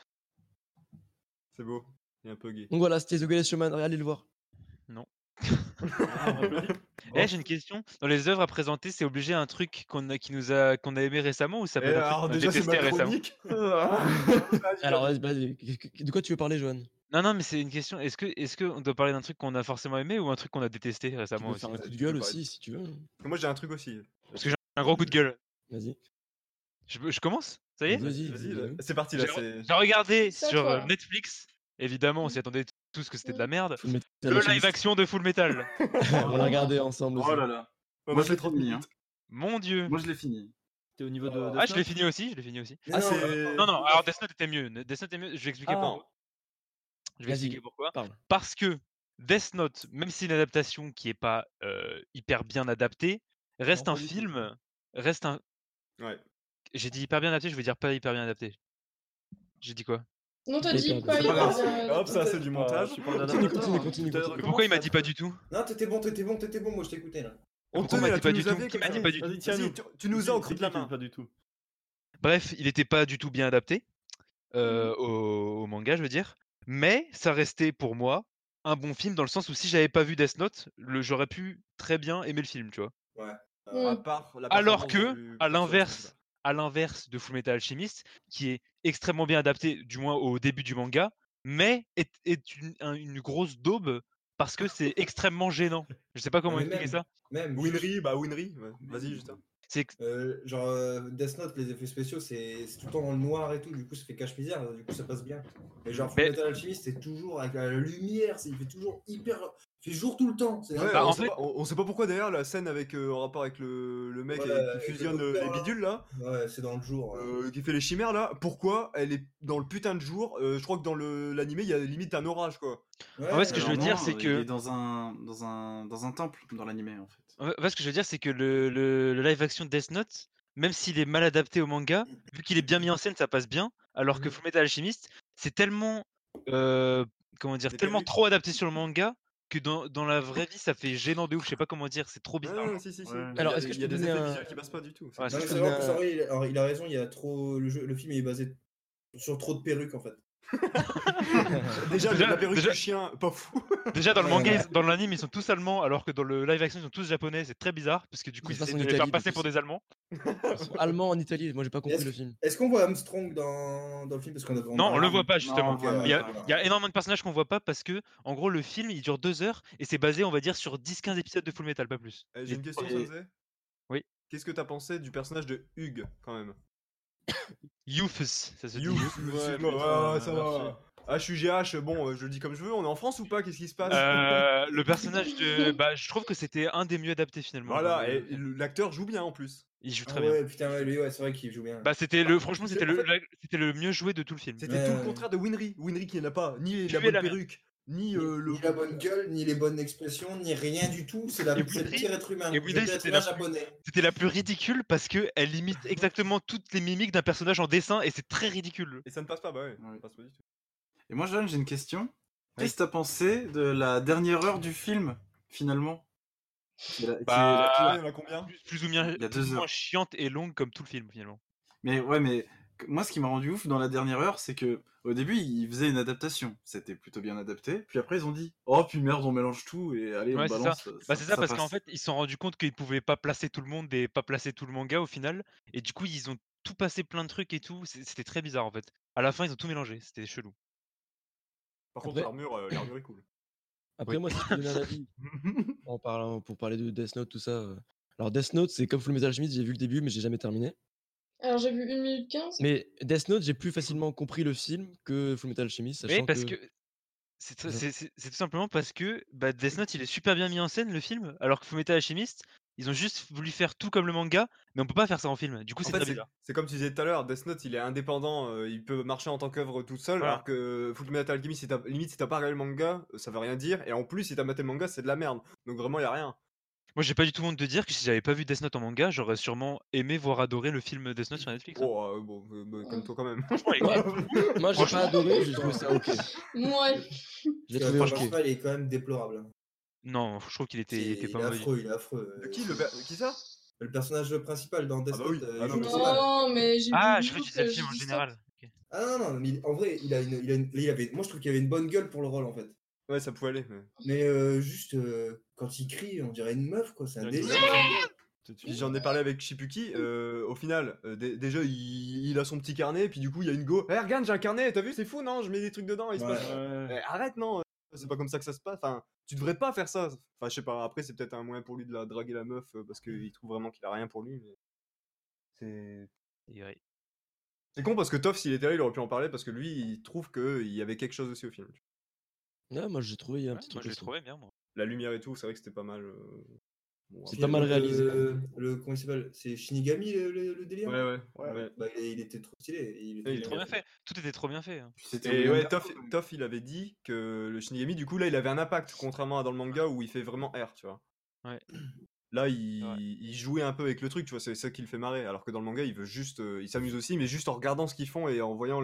C'est beau. Il est un peu gay. Donc voilà, c'était The Greatest Showman. Allez le voir. Eh, j'ai une question. Dans les œuvres à présenter, c'est obligé un truc qu'on a aimé récemment ou ça peut Eh, être un truc alors, qu'on a déjà, c'est détesté ma récemment? chronique. Alors, vas-y, de quoi tu veux parler, Johan? Non, mais c'est une question. Est-ce que on doit parler d'un truc qu'on a forcément aimé ou un truc qu'on a détesté Tu récemment peux aussi? faire un coup de Tu gueule peux parler aussi, si tu veux. Moi, j'ai un truc aussi. Parce que j'ai un gros coup de gueule. Vas-y. Je commence? Ça y est? Vas-y, Vas-y, vas-y. là. C'est parti, là. J'ai regardé C'est à sur toi. Netflix. Évidemment, on s'y attendait tous que c'était de la merde. Full Metal Le Alchemist. live action de Full Metal. On l'a regardé ensemble aussi. Oh là là. On Moi, a je l'ai fait trop fini. Hein. Mon dieu. Moi, je l'ai fini. T'es au niveau de. Ah, je l'ai fini aussi. Mais Ah, non, c'est. Non, alors Death Note était mieux. Death Note est mieux. Je vais expliquer Ah. pourquoi. Je vais Vas-y. expliquer pourquoi. Parle. Parce que Death Note, même si c'est une adaptation qui est pas hyper bien adaptée, reste Non, un pas du tout. film. Reste un. Ouais. J'ai dit hyper bien adapté, je veux dire pas hyper bien adapté. J'ai dit quoi? Non, t'as C'est dit pas pas grave. hyper C'est bien. Hop, ça, c'est du montage. Tu parles Continue, d'adaptateur, continue, hein. continue, Tout à l'heure, continue. Mais pourquoi il m'a dit pas du tout? non, t'étais bon, moi je t'écoutais là. On Coco tenait m'a là, dit pas tu du nous tout. avais Qui comme m'a ça. dit pas du tout. Vas-y, tiens-nous. Vas-y, tu nous as au creux de la main. Pas du tout. Bref, il était pas du tout bien adapté au manga, je veux dire. Mais ça restait pour moi un bon film dans le sens où si j'avais pas vu Death Note, j'aurais pu très bien aimer le film, tu vois. Ouais. À part la Alors performance que, du à personnage. l'inverse de Fullmetal Alchemist, qui est extrêmement bien adapté, du moins au début du manga, mais est une grosse daube parce que c'est extrêmement gênant. Je sais pas comment Mais expliquer ça. Même, Winry, bah Winry, ouais. Vas-y, Justin. C'est Death Note, les effets spéciaux, c'est tout le temps dans le noir et tout, du coup ça fait cache-misère, du coup ça passe bien. Et genre Mais- Fullmetal Alchemist, c'est toujours avec la lumière, il fait toujours hyper. Il fait jour tout le temps. C'est Ouais, incroyable. en on, sait fait- pas, on sait pas pourquoi d'ailleurs la scène avec en rapport avec le mec Ouais, qui avec fusionne le docteur, les là. bidules là, Ouais, c'est dans le jour. qui fait les chimères là, pourquoi elle est dans le putain de jour. Je crois que dans l'animé il y a limite un orage quoi. Ouais, En fait, ce que je veux Alors dire, non, c'est il que est dans un temple dans l'animé en fait. ce que je veux dire, c'est que le live action de Death Note, même s'il est mal adapté au manga, vu qu'il est bien mis en scène, ça passe bien. Alors que Mhm. Fullmetal Alchemist, c'est tellement, comment dire, Des tellement perruques. trop adapté sur le manga que dans la vraie vie, ça fait gênant de ouf. Je sais pas comment dire, c'est trop bizarre. Ouais, si. Ouais. Bah, Alors, il y a est-ce que des- je il y a peux des donner effets un- visuels qui passent pas du tout. Ouais, Non, est-ce mais que c'est je vrai peux que donner un- c'est vrai, alors, il a raison, il y a trop. Le film il est basé sur trop de perruques en fait. Déjà, Déjà- la perruque déjà- du chien, pas fou. Déjà dans le Ouais, manga, ouais. dans l'anime, ils sont tous allemands, alors que dans le live action, ils sont tous japonais. C'est très bizarre, parce que du coup, Ça ils se passe essaient en de les Italie, faire du passer coup, pour c'est- des Allemands. Ils sont allemands en Italie. Moi, j'ai pas compris Est-ce le film. Est-ce qu'on voit Armstrong dans le film parce qu'on a, Non, on le non, voit pas non, justement. on voit même Il y a, pas. il y a énormément de personnages qu'on voit pas parce que, en gros, le film il dure 2 heures et c'est basé, on va dire, sur 10-15 épisodes de Full Metal, pas plus. J'ai une question, Sensei. Oui. Qu'est-ce que t'as pensé du personnage de Hugh quand même? Youfus, ça se dit. Youth, Ouais, excuse-moi, putain, ouais, ça merci. va. Ah, je suis GH, bon, je le dis comme je veux. On est en France ou pas? Qu'est-ce qui se passe? Le personnage de. Bah, je trouve que c'était un des mieux adaptés finalement. dans Voilà, le- et l'acteur joue bien en plus. Il joue Ah très bien. ouais, putain, ouais, lui, ouais, c'est vrai qu'il joue bien. Bah, franchement, c'était en fait- c'était le mieux joué de tout le film. C'était Ouais, tout le ouais. contraire de Winry. Winry qui n'a pas ni la Tuer bonne la merde. perruque, ni Ni, le. ni la bonne gueule, ni les bonnes expressions, ni rien du tout. C'est Et le Winry- pire être humain. et C'est Winry, le pire être c'était humain la- japonais. C'était la plus ridicule parce que elle imite exactement toutes les mimiques d'un personnage en dessin et c'est très ridicule. Et ça ne passe pas, bah ouais. Ouais. Ça passe pas du tout. Et moi, Jeanne, j'ai une question. Oui. Qu'est-ce que t'as pensé de la dernière heure du film, finalement? Qui est la- qui est Bah, Ah, il y en a combien? Plus ou moins, Il y a plus ou 2 moins heures. chiante et longue comme tout le film finalement. Mais ouais, mais moi, ce qui m'a rendu ouf dans la dernière heure, c'est que au début, ils faisaient une adaptation. C'était plutôt bien adapté. Puis après, ils ont dit, oh, puis merde, on mélange tout et allez, on Ouais, c'est ça. balance. Bah, c'est ça parce qu'en passe. fait, ils se sont rendus compte qu'ils pouvaient pas placer tout le monde et pas placer tout le manga au final. Et du coup, ils ont tout passé plein de trucs et tout. C'était très bizarre en fait. À la fin, ils ont tout mélangé. C'était chelou. Par contre, Après- l'armure est cool. Après, Oui. moi, si je peux donner un avis pour parler de Death Note, tout ça. Alors, Death Note, c'est comme Fullmetal Alchemist, j'ai vu le début, mais j'ai jamais terminé. Alors j'ai vu 1 minute 15. Mais Death Note, j'ai plus facilement compris le film que Fullmetal Alchemist, Oui, sachant parce que. que c'est tout simplement parce que bah, Death Note, il est super bien mis en scène le film, alors que Fullmetal Alchemist, ils ont juste voulu faire tout comme le manga, mais on peut pas faire ça en film. Du coup, En c'est fait, très c'est bizarre. c'est comme tu disais tout à l'heure, Death Note il est indépendant, il peut marcher en tant qu'œuvre toute seule, Voilà. alors que Fullmetal Alchemist, limite si t'as pas regardé le manga, ça veut rien dire, et en plus si t'as maté le manga, c'est de la merde. Donc vraiment, y a rien. Moi, j'ai pas du tout honte de dire que si j'avais pas vu Death Note en manga, j'aurais sûrement aimé voir adorer le film Death Note sur Netflix. Hein. Oh, bon, comme toi quand même. Franchement, il est grave. Moi, j'ai pas adoré, j'ai trouvé ça ok. Ouais. Je l'ai Le trouvé ok. principal est quand même déplorable. Non, je trouve qu'il était Il est pas mauvais. affreux, il est affreux. Qui ça? Le personnage principal dans Death Ah bah oui. Note, Ah il non, joue mais assez mal. Non, mais j'ai Ah, vu je crois que tu Luke, disais le j'ai film en dit stop. général. Ok. Ah non, mais en vrai, moi je trouve qu'il avait une bonne gueule pour le rôle en fait. Ouais, ça pouvait aller. Mais... Mais juste quand il crie, on dirait une meuf quoi, c'est un Ouais, délire. Puis j'en ai parlé avec Shipuki, au final, déjà il a son petit carnet, puis du coup il y a une go. Eh, regarde, j'ai un carnet, t'as vu, c'est fou, non? Je mets des trucs dedans, il se Ouais. passe. Eh, arrête, non, c'est pas comme ça que ça se passe. Enfin, tu devrais pas faire ça. Enfin, je sais pas, après c'est peut-être un moyen pour lui de la draguer la meuf, parce qu'il trouve vraiment qu'il a rien pour lui, mais. C'est. Et ouais. C'est con parce que Toff, s'il était là, il aurait pu en parler parce que lui, il trouve qu'il y avait quelque chose aussi au film. Ouais, moi, j'ai trouvé il y a un Ouais, petit moi, truc je l'ai aussi. trouvé bien, moi. La lumière et tout, c'est vrai que c'était pas mal. Bon, C'est après- pas mal réalisé. Comment il s'appelle? C'est Shinigami le délire? Ouais. Bah, il était trop stylé. il Il est trop bien fait. Tout était trop bien fait. Hein. Puis c'était Et William ouais, Dafoe, Toff, il avait dit que le Shinigami, du coup, là, il avait un impact, contrairement à dans le manga où il fait vraiment R, tu vois. Ouais. Là, Ouais. il jouait un peu avec le truc, tu vois, c'est ça qui le fait marrer. Alors que dans le manga, il veut juste. Il s'amuse aussi, mais juste en regardant ce qu'ils font et en voyant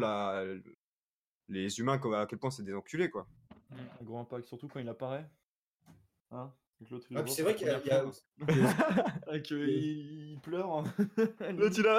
les humains à quel point c'est des enculés, quoi. Un gros impact, surtout quand il apparaît. Hein, Donc l'autre, il Ah, le puis voit c'est pour vrai la qu'il y a. première fois. Avec, il pleure. L'autre, il a.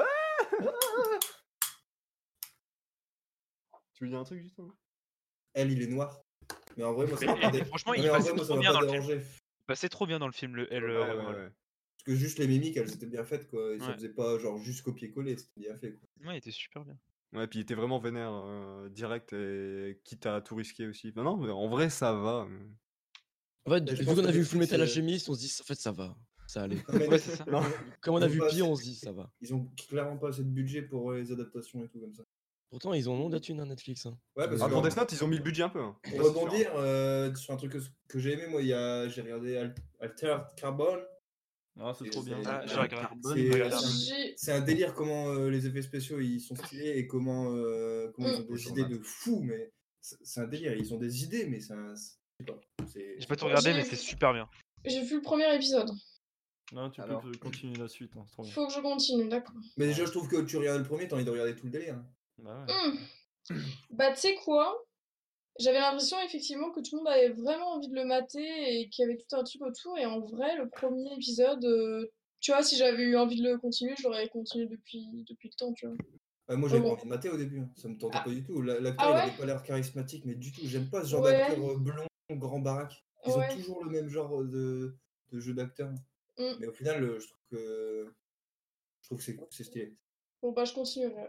Tu veux dire un truc, justement? Elle, il est noir. Mais en vrai, moi, ça m'a Et pas dé- franchement, Non, il mais en passait vrai, moi, ça trop m'a bien pas dans le film. dérangé. Il passait trop bien dans le film, le L. Ouais, ouais, ouais. Parce que juste les mimiques, elles étaient bien faites, quoi. Et ça Ouais. faisait pas genre juste copier-coller, c'était bien fait, quoi. Ouais, il était super bien. Ouais, puis il était vraiment vénère, direct, et quitte à tout risquer aussi. Non, non, mais en vrai, ça va. En fait, Bah, je vu pense qu'on que a vu Netflix, Full Metal Alchemist, on se dit en fait ça va, ça allait. Non, mais Ouais, c'est ça. Non. Comme on a Ils ont vu pas pire, assez- on se dit ça va. Ils ont clairement pas assez de budget pour les adaptations et tout comme ça. Pourtant, ils ont de thunes, hein, Netflix. Hein. Ouais, parce Ah, que pour Death Note, ils ont mis le budget un peu. Hein. pour Ça, c'est sûr, rebondir hein. sur un truc que j'ai aimé, moi, j'ai regardé Altered Carbon. Ah, c'est trop bien. Ah, ça. j'ai regardé. Carbone. C'est regarde. c'est un délire comment les effets spéciaux ils sont stylés et comment ils ont Ouais, des idées de fou, mais c'est un délire. Ils ont des idées, mais je sais pas. J'ai pas tout regardé, mais c'est super bien. J'ai vu le premier épisode. Non, tu Alors. peux continuer la suite. Hein, c'est trop bien. Faut que je continue, d'accord. Mais déjà, je trouve que tu regardes le premier, t'as envie de regarder tout le délire. Bah ouais. Bah, tu sais quoi? J'avais l'impression effectivement que tout le monde avait vraiment envie de le mater et qu'il y avait tout un truc autour. Et en vrai, le premier épisode, tu vois, si j'avais eu envie de le continuer, j'aurais continué depuis le temps, tu vois. Moi, j'avais bon. pas envie de mater au début, hein. Ça me tentait Ah. pas du tout. L'acteur, Ah il ouais avait pas l'air charismatique, mais du tout. J'aime pas ce genre Ouais. d'acteur blond, grand baraque. Ils Ouais. ont toujours le même genre de jeu d'acteur. Mm. Mais au final, je trouve que c'est stylé. Bon, bah, je continuerai.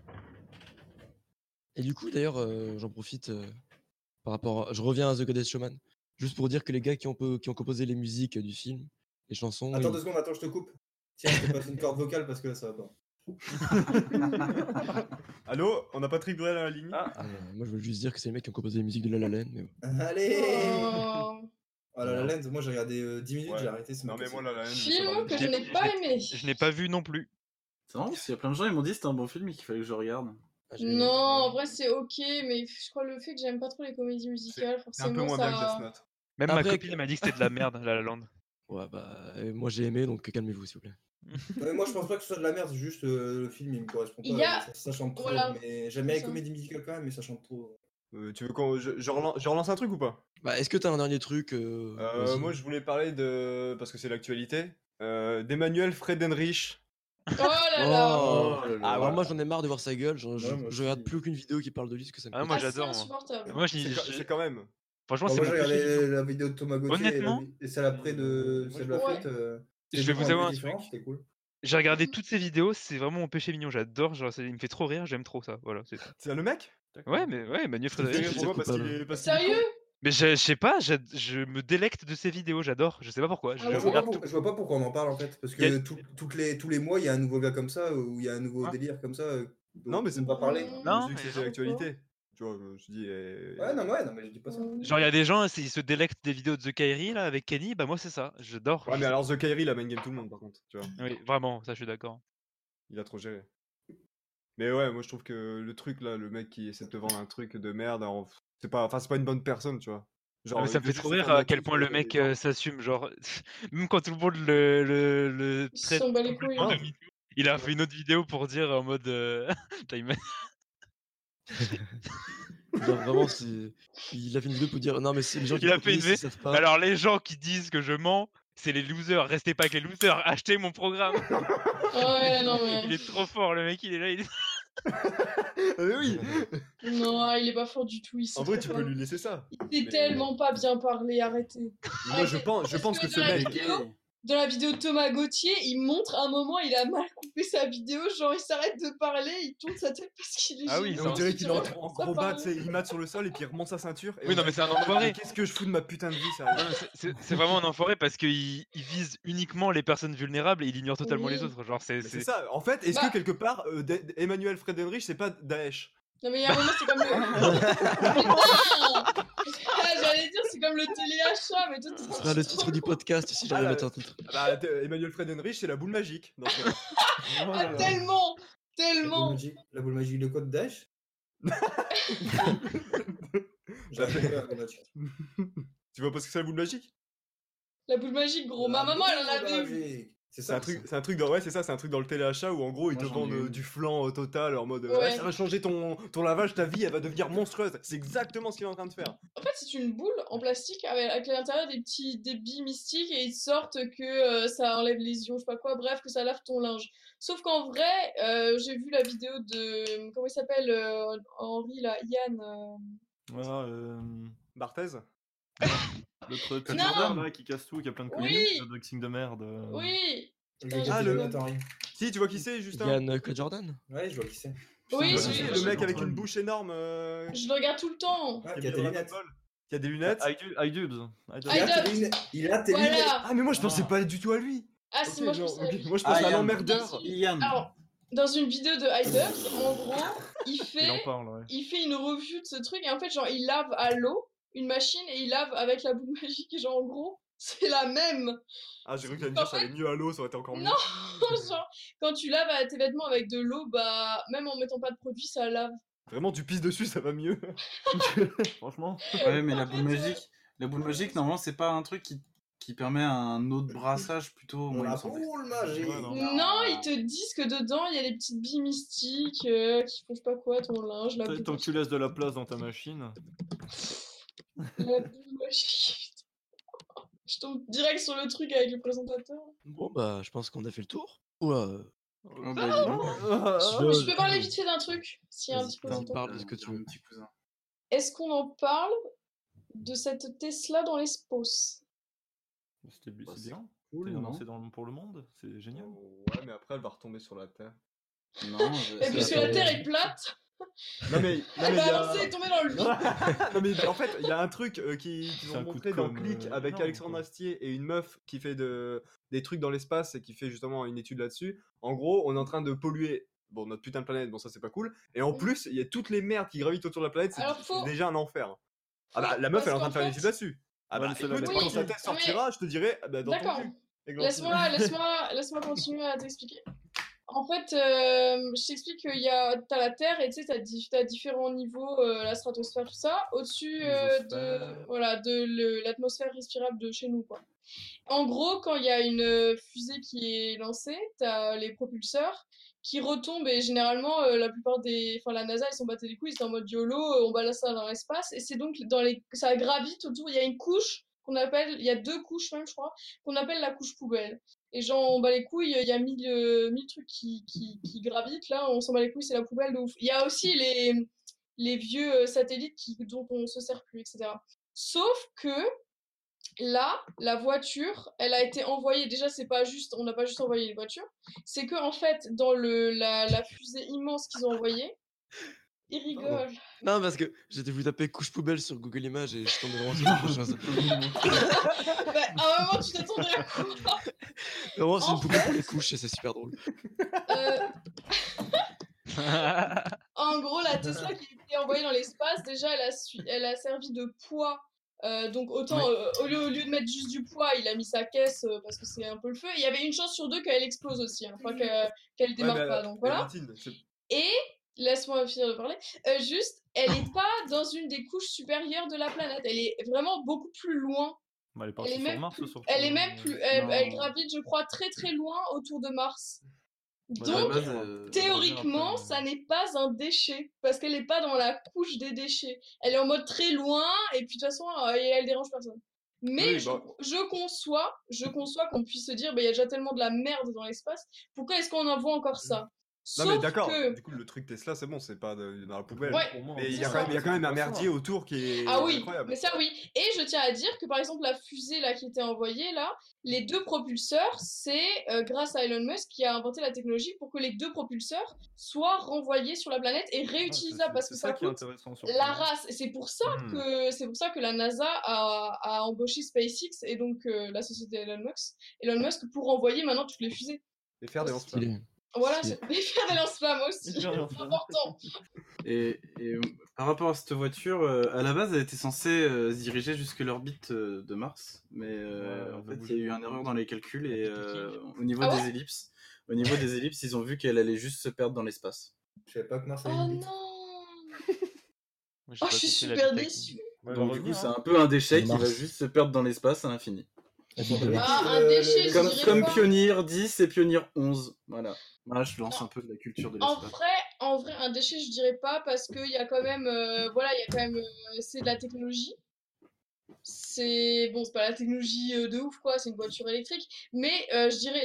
Et du coup, d'ailleurs, j'en profite par rapport. Je reviens à The Goddess Showman, juste pour dire que les gars qui ont composé les musiques du film, les chansons. Attends ils- 2 secondes, attends, je te coupe. Tiens, je te passe une corde vocale parce que là, ça va pas. Allô, on a Patrick Bruel à la ligne. Ah, moi, je veux juste dire que c'est les mecs qui ont composé les musiques de La La Land. Mais bon. Allez Oh. Oh là là, moi j'ai regardé 10 minutes, Ouais. j'ai arrêté. Ça m'a Non, mais cassé. moi, la haine, Film que je n'ai Je pas l'ai- aimé. Je n'ai pas vu non plus. C'est marrant parce qu'il y a plein de gens, ils m'ont dit que c'était un bon film et qu'il fallait que je regarde. Ah, j'ai- Non, en vrai, c'est ok, mais je crois le fait que j'aime pas trop les comédies musicales, C'est un peu forcément, moins ça. bien que Death Note. Même Après, ma copine elle m'a dit que c'était de la merde, La La Land. Ouais, bah, moi j'ai aimé, donc calmez-vous, s'il vous plaît. Non, mais moi je pense pas que ce soit de la merde, c'est juste le film il me correspond pas. Il y a- Ça chante trop. Voilà. Mais j'aime bien les Ça. comédies musicales quand même, mais ça chante trop. Tu veux qu'on je relance un truc ou pas? Bah, est-ce que t'as un dernier truc vas-y. Moi, je voulais parler de, parce que c'est l'actualité, d'Emmanuel Friedenreich. Oh là là. Oh. là là. Ah, Alors ouais. moi j'en ai marre de voir sa gueule, je Ouais, moi regarde aussi. plus aucune vidéo qui parle de lui parce que ça me Ah, fait moi, Ah, c'est j'adore, moi. insupportable. Moi, C'est quand même. franchement, Moi c'est j'ai mon péché regardé mignon. la vidéo de Thomas Gauthier Honnêtement, et celle après de moi, celle je- de la Ouais. frite. Je vais vous avouer un différent, c'était cool. J'ai regardé toutes ces vidéos, c'est vraiment mon péché mignon, j'adore, genre, il me fait trop rire, j'aime trop ça, voilà, c'est tout. C'est le mec? Ouais, mais ouais, Manuel Tu te fais Frédéric. rire c'est pourquoi? Parce coupable. qu'il est parce qu'il est Sérieux? Mais je sais pas, je me délecte de ces vidéos, j'adore, je sais pas pourquoi, je Ah ouais. regarde tout. Je vois pas pourquoi on en parle en fait. Parce Il y que a- tous les mois il y a un nouveau gars comme ça ou il y a un nouveau Ouais. délire comme ça. Non, mais c'est pas parler. Non, Je dis que mais c'était non. l'actualité. Tu vois, je me suis dit. Ouais, non, mais je dis pas ça. Genre, il y a des gens, ils se délectent des vidéos de The Kairi, là, avec Kenny, bah moi c'est ça, j'adore. Ouais, mais alors The Kairi, il a main game tout le monde par contre, tu vois. Oui, vraiment, ça je suis d'accord. Il a trop géré. Mais ouais, moi je trouve que le truc là, le mec qui essaie de te vendre un truc de merde, alors, c'est pas une bonne personne, tu vois. Genre, Ah, mais ça il me veut fait trop juste rire faire de la à quel pub point le sur mec les gens. s'assume, genre, même quand tout le monde le Ils se traite sont bat les couilles. complètement de Non. mytho, il a fait une autre vidéo pour dire en mode... Putain, il m'a- Genre vraiment, il a fait une vidéo pour dire non mais c'est les gens qui Il a me fait une connaissent, ils V. savent pas. Alors les gens qui disent que je mens, c'est les losers, restez pas avec les losers, achetez mon programme. Ouais, non, mais. Il est trop fort, le mec, il est là, il est... Mais oui. Non, il est pas fort du tout. Il En vrai, tu peux lui laisser ça. Il sait tellement pas bien parler, arrêtez. Mais moi, je pense que ce dans la mec. vidéo- Dans la vidéo de Thomas Gauthier, il montre un moment, il a mal coupé sa vidéo, genre il s'arrête de parler, il tourne sa tête parce qu'il est Ah oui, gêné. Et on dirait qu'il est en Ensuite, il recommence à gros bas, parler. tu sais, il mate sur le sol et puis il remonte sa ceinture. Et Oui, on non, mais dit, c'est un enfoiré. mais qu'est-ce que je fous de ma putain de vie, Non, sérieux? mais c'est vraiment un enfoiré parce qu'il vise uniquement les personnes vulnérables et il ignore totalement Oui. les autres. Genre, Mais c'est ça. En fait, est-ce Bah. que quelque part, Emmanuel Friedenreich, c'est pas Daesh? Non mais il y a un moment, c'est comme le... Putain Ah, j'allais dire, c'est comme le téléachat, mais toi, Ce sera le titre du podcast si j'arrive à Ah, mettre un titre. Bah, Emmanuel Friedenreich, c'est la boule magique. dans ce cas-là. Oh là Ah, là. tellement La boule Tellement magique, de code Daesh. J'appelle la boule magique. Tu vois pas ce que c'est la boule magique? La boule magique, gros. Ma maman, elle en avait une. Magique. C'est C'est un truc dans, ouais, c'est ça, c'est un truc dans le téléachat où en gros ils Moi, te j'en vendent ai une. du flan total en mode Ouais. ouais, ça va changer ton lavage, ta vie elle va devenir monstrueuse. C'est exactement ce qu'il est en train de faire. En fait, c'est une boule en plastique avec à l'intérieur des billes mystiques et ils sortent que ça enlève les ions, je sais pas quoi, bref, que ça lave ton linge. Sauf qu'en vrai, j'ai vu la vidéo de. Comment il s'appelle Henri, là, Yann. Barthez. L'autre Code Non. Jordan. là qui casse tout, qui a plein de Oui. couilles, de dressing de merde. Oui. Ah, le- Attends, oui. Si, tu vois qui c'est, Justin? Yann Code Jordan. Ouais, je vois qui c'est. Oui, Tu celui- sais, le mec avec une bouche énorme Je le regarde tout le temps. Ah, qui qui a est tes dans la lunettes. football, qui a des lunettes. iDubbbz. Il a tes lunettes. Il a tes lunettes. Voilà. Ah, mais moi je pensais pas du tout à lui. Ah, Ok, c'est moi, je genre, pensais à ok. lui. Moi je pensais à Yann. l'emmerdeur. Ian. Alors, dans une vidéo de iDubbbz, en gros, il Il en fait, parle, ouais. il fait une review de ce truc et en fait, genre, il lave à l'eau une machine et il lave avec la boule magique et genre, en gros, c'est la même. Ah, j'ai cru que t'allais me dire ça allait mieux à l'eau, ça aurait été encore mieux. Non. Genre, quand tu laves tes vêtements avec de l'eau, bah, même en mettant pas de produit, ça lave. Vraiment, tu pisses dessus, ça va mieux. Franchement. Ouais, mais la boule magique, normalement, c'est pas un truc qui permet un autre brassage plutôt. Moi, il me La semblait. boule magique. Ouais, non. Non, ils te disent que dedans, il y a des petites billes mystiques qui font je sais pas quoi, ton linge, la boule Tant que tu laisses de la place dans ta machine. La boule magique. Je tombe direct sur le truc avec le présentateur. Bon, bah, je pense qu'on a fait le tour. Ouah. Oh, bah, dis donc. Je peux parler vite fait d'un truc, s'il y a un Vas-y, petit peu de temps. parle de ce que tu veux. Mon petit cousin. Est-ce qu'on en parle de cette Tesla dans l'espace? C'est bien. Cool, T'es non avancé pour le monde. C'est génial. Ouais, mais après elle va retomber sur la terre. Non, Et puisque la Terre est plate, Non mais, elle il y va a... avancer et tomber dans le vide. non mais en fait, il y a un truc qu'ils C'est ont un coup montré de dans com', Click avec énorme, Alexandre quoi. Astier et une meuf qui fait des trucs dans l'espace et qui fait justement une étude là-dessus. En gros, on est en train de polluer notre putain de planète, bon ça c'est pas cool. Et en plus, il y a toutes les merdes qui gravitent autour de la planète, Alors, c'est faut- déjà un enfer. Ah bah Faut, la meuf parce elle est en train qu'en de faire une fait- étude là-dessus. Ah Ouais, bah mais celle-là, écoute, elle est quand pas sa cool. tête sortira, je te dirai dans ton D'accord. cul. Églantine. Laisse-moi continuer à t'expliquer. En fait, je t'explique qu'il t'as la Terre et tu sais, t'as différents niveaux, la stratosphère, tout ça, au-dessus de l'atmosphère respirable de chez nous, quoi. En gros, quand il y a une fusée qui est lancée, t'as les propulseurs qui retombent et généralement, la plupart la NASA, ils sont battés les couilles, ils sont en mode YOLO, on balance ça dans l'espace et c'est donc ça gravite autour, il y a une couche il y a 2 couches même, je crois, qu'on appelle la couche poubelle. Et genre, on bat les couilles, il y a 1000 trucs qui gravitent, là, on s'en bat les couilles, c'est la poubelle de ouf. Il y a aussi les vieux satellites dont on se sert plus, etc. Sauf que là, la voiture, elle a été envoyée. Déjà, on n'a pas juste envoyé les voitures. C'est que en fait, dans la fusée immense qu'ils ont envoyée, ils rigolent. Non, parce que j'étais voulu taper couche poubelle sur Google Images et je suis tombé vraiment sur quelque chose. Bah, à un moment, tu t'attendais à quoi? Vraiment, c'est En une poubelle pour les couches et c'est super drôle. Euh, En gros, la Tesla qui a été envoyée dans l'espace, déjà, elle a servi de poids. Donc autant, au lieu de mettre juste du poids, il a mis sa caisse parce que c'est un peu le feu. Il y avait une chance sur 2 qu'elle explose aussi, hein, enfin qu'elle démarre pas. Donc voilà. Et laisse-moi finir de parler. Juste, elle est pas dans une des couches supérieures de la planète. Elle est vraiment beaucoup plus loin. Bah, elle est partie Elle est sur même Mars, plus- surtout. Elle est même plus. Elle Non. gravite, je crois, très très loin autour de Mars. Bah, Donc, à la base, théoriquement, après, ça n'est pas un déchet, parce qu'elle n'est pas dans la couche des déchets. Elle est en mode très loin, et puis de toute façon, elle dérange personne. Mais Oui, je conçois qu'on puisse se dire, bah, il y a déjà tellement de la merde dans l'espace, pourquoi est-ce qu'on envoie encore ça? Non mais Sauf d'accord, que... du coup le truc Tesla c'est bon, c'est pas dans la poubelle. Ouais, Pour moi, Mais il y c'est a ça. quand même un merdier autour qui est Ah oui, incroyable. mais ça oui. Et je tiens à dire que par exemple la fusée là qui était envoyée là, les 2 propulseurs, c'est grâce à Elon Musk qui a inventé la technologie pour que les 2 propulseurs soient renvoyés sur la planète et réutilisables parce que ça qui est coûte intéressant surtout. la race. Et c'est pour ça que la NASA a embauché SpaceX et donc la société Elon Musk pour envoyer maintenant toutes les fusées. Et faire des lance-flammes. Stylé. Voilà, Stylé. c'est faire des lance-flammes aussi. C'est important. Et par rapport à cette voiture, à la base, elle était censée se diriger jusque l'orbite de Mars, mais en fait, il y a eu une erreur dans les calculs et au niveau Ah des ellipses, ils ont vu qu'elle allait juste se perdre dans l'espace. Je savais pas que Mars Oh avait une bite. non. J'ai Oh, pas je suis compris la super bite déçue. Ouais, Donc va du coup, revenir, c'est hein. un peu un déchet De qui va Mars. juste se perdre dans l'espace à l'infini. La ville de Ah, Mars. Ah, un déchet, je Comme, dirais comme pas. Pionnier 10 et Pionnier 11. Voilà. Voilà, je lance un peu de la culture de En l'espace. vrai, un déchet, je dirais pas parce qu'il y a quand même, voilà, il y a quand même, c'est de la technologie. C'est bon, c'est pas la technologie de ouf quoi, c'est une voiture électrique, mais je dirais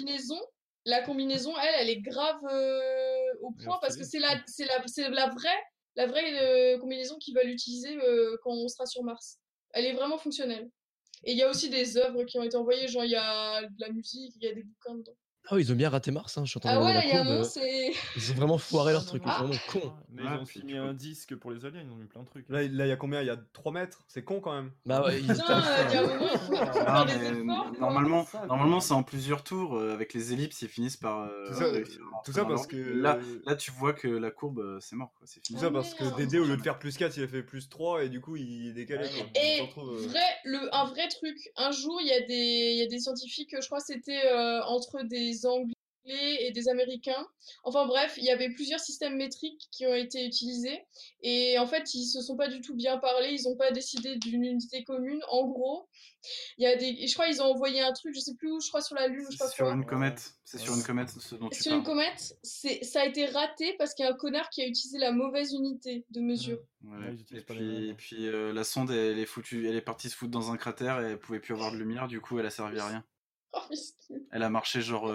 la combinaison, elle est grave au Grave point parce que stylée. c'est la vraie combinaison qu'ils veulent utiliser quand on sera sur Mars. Elle est vraiment fonctionnelle. Et il y a aussi des œuvres qui ont été envoyées, genre il y a de la musique, il y a des bouquins dedans. Ah oui, ils ont bien raté Mars, hein. Je suis en train de Ah ouais, regarder là, la il y a un courbe. moment, c'est. Ils ont vraiment foiré leur non, truc, non. ils sont vraiment Ah, cons. mais Ouais, ils ont puis aussi du mis coup- un disque pour les aliens, ils ont mis plein de trucs. Là, il y a combien? Il y a 3 mètres? C'est con quand même. Bah ouais, ils étaient Putain, il y a un moment, il faut Non, faire des mais efforts quoi. normalement, Ça, normalement quoi. c'est en plusieurs tours. Avec les ellipses, ils finissent par Tout ça, réussir à tout rentrer ça dans parce l'orbite. Mais là, que. là, tu vois que la courbe, c'est mort. Quoi. C'est Tout fini. ça parce que merde. Dédé, au lieu de faire +4, il a fait +3 et du coup, il est décalé. Ah, Quoi. ouais. On se Et retrouve, un vrai truc, un jour, il y a des scientifiques, je crois que c'était entre des Anglais et des Américains. Enfin bref, il y avait plusieurs systèmes métriques qui ont été utilisés. Et en fait, ils se sont pas du tout bien parlé, ils ont pas décidé d'une unité commune. En gros, il y a des, je crois qu'ils ont envoyé un truc, je sais plus où, je crois sur la Lune ou je sais C'est pas sur quoi. une Ouais, comète. C'est ouais, sur une comète, ce dont tu Sur une parles. comète, ça a été raté parce qu'il y a un connard qui a utilisé la mauvaise unité de mesure. Ouais. Ouais, ils Et utilisent pas les mêmes, puis, hein. et puis la sonde, elle est partie se foutre dans un cratère et elle pouvait plus avoir de lumière. Du coup, elle a servi à rien. Oh, miskin. Elle a marché genre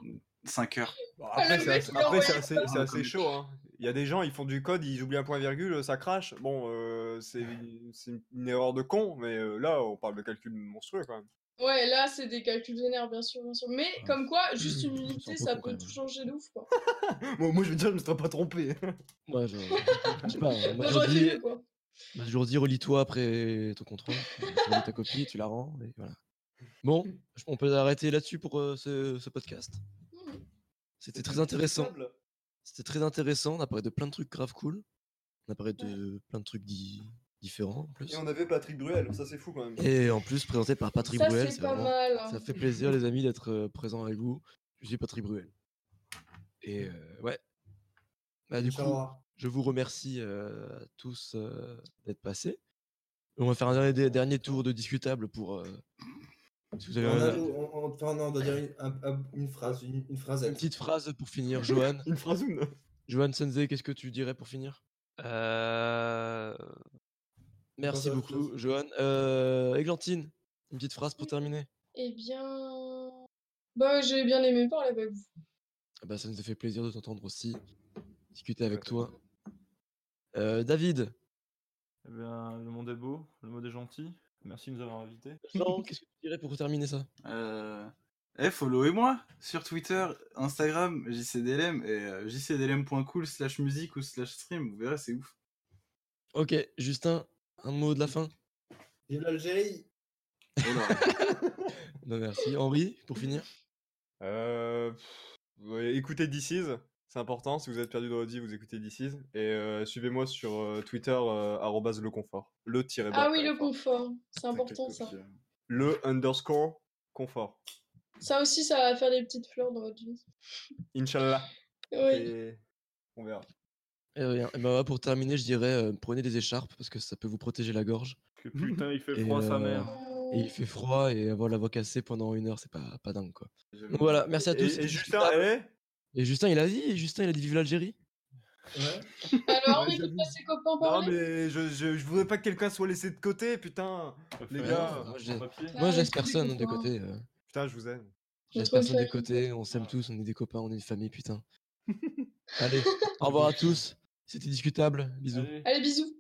5 heures. Bon, Ah, après, le c'est mec, assez, il a après, envoyé c'est ça. assez chaud. Hein. Il y a des gens, ils font du code, ils oublient un point virgule, ça crache. Bon, c'est une erreur de con, mais là, on parle de calcul monstrueux quand même. Ouais, là, c'est des calculs vénères, bien sûr, bien sûr. Mais Ah. comme quoi, juste une C'est un unité, peu ça con, quand peut même. tout changer de ouf, quoi. Moi, je veux dire, je me serais pas trompé. Ouais, je sais pas, on m'a Moi, toujours j'aurais fait dit, mieux, quoi. on m'a toujours dit relis-toi après ton contrôle. Tu relis ta copie, tu la rends, et voilà. Bon, on peut arrêter là-dessus pour ce podcast. Mhm. C'était très intéressant. C'était très intéressant, on a parlé de plein de trucs grave cool. On a parlé de plein de trucs différents en plus. Et on avait Patrick Bruel, ça c'est fou quand même. Et en plus présenté par Patrick Ça, Bruel, c'est c'est pas vraiment... mal. Hein. Ça fait plaisir les amis d'être présent avec vous. Je suis Patrick Bruel. Et ouais. Bah, du coup, Inch'Allah. je vous remercie à tous d'être passés. On va faire un dernier tour de discutable pour... si vous avez On doit dire une phrase, une une phrasette. petite phrase pour finir. Johan, Une phrasoune. Johan Sensei, qu'est-ce que tu dirais pour finir? Merci Pense à autre beaucoup, chose. Johan. Églantine, une petite phrase pour terminer. Eh bien... Bah, j'ai bien aimé parler avec vous. Ah bah, ça nous a fait plaisir de t'entendre aussi, discuter avec toi. David, Eh bien, le monde est beau, le monde est gentil. Merci de nous avoir invités. Jean, qu'est-ce que tu dirais pour terminer ça? Followez-moi sur Twitter, Instagram, JCDLM et jcdlm.cool/musique ou /stream. Vous verrez, c'est ouf. Ok, Justin, un mot de la fin? Vive l'Algérie! Oh là. Non, merci. Henri, pour finir? Ouais, écoutez This Is, c'est important. Si vous êtes perdu dans votre vie, vous écoutez This Is. Et suivez-moi sur Twitter, @leconfort. Le-confort. Ah oui, le confort. C'est important, ça. Le_confort. Ça aussi, ça va faire des petites fleurs dans votre vie. Inch'Allah. Oui. Et on verra. Et rien. Et bah, pour terminer, je dirais prenez des écharpes parce que ça peut vous protéger la gorge. Que putain, il fait Et, froid sa mère. Et il fait froid et avoir la voix cassée pendant 1 heure, c'est pas dingue quoi. Donc voilà, merci à tous. Et c'était Justin, discutable. Et Justin, il a dit vive l'Algérie. Ouais. Alors, Ouais, il écoute j'avoue. pas ses copains Non, parler. mais je voudrais pas que quelqu'un soit laissé de côté, putain. Les gars. Moi, Ah, je laisse tous les personne de copains. côté. Putain, je vous aime. Je laisse Notre personne de famille. côté. On s'aime tous, on est des copains, on est une famille, putain. Allez, au revoir à tous. C'était discutable. Bisous. Allez, bisous.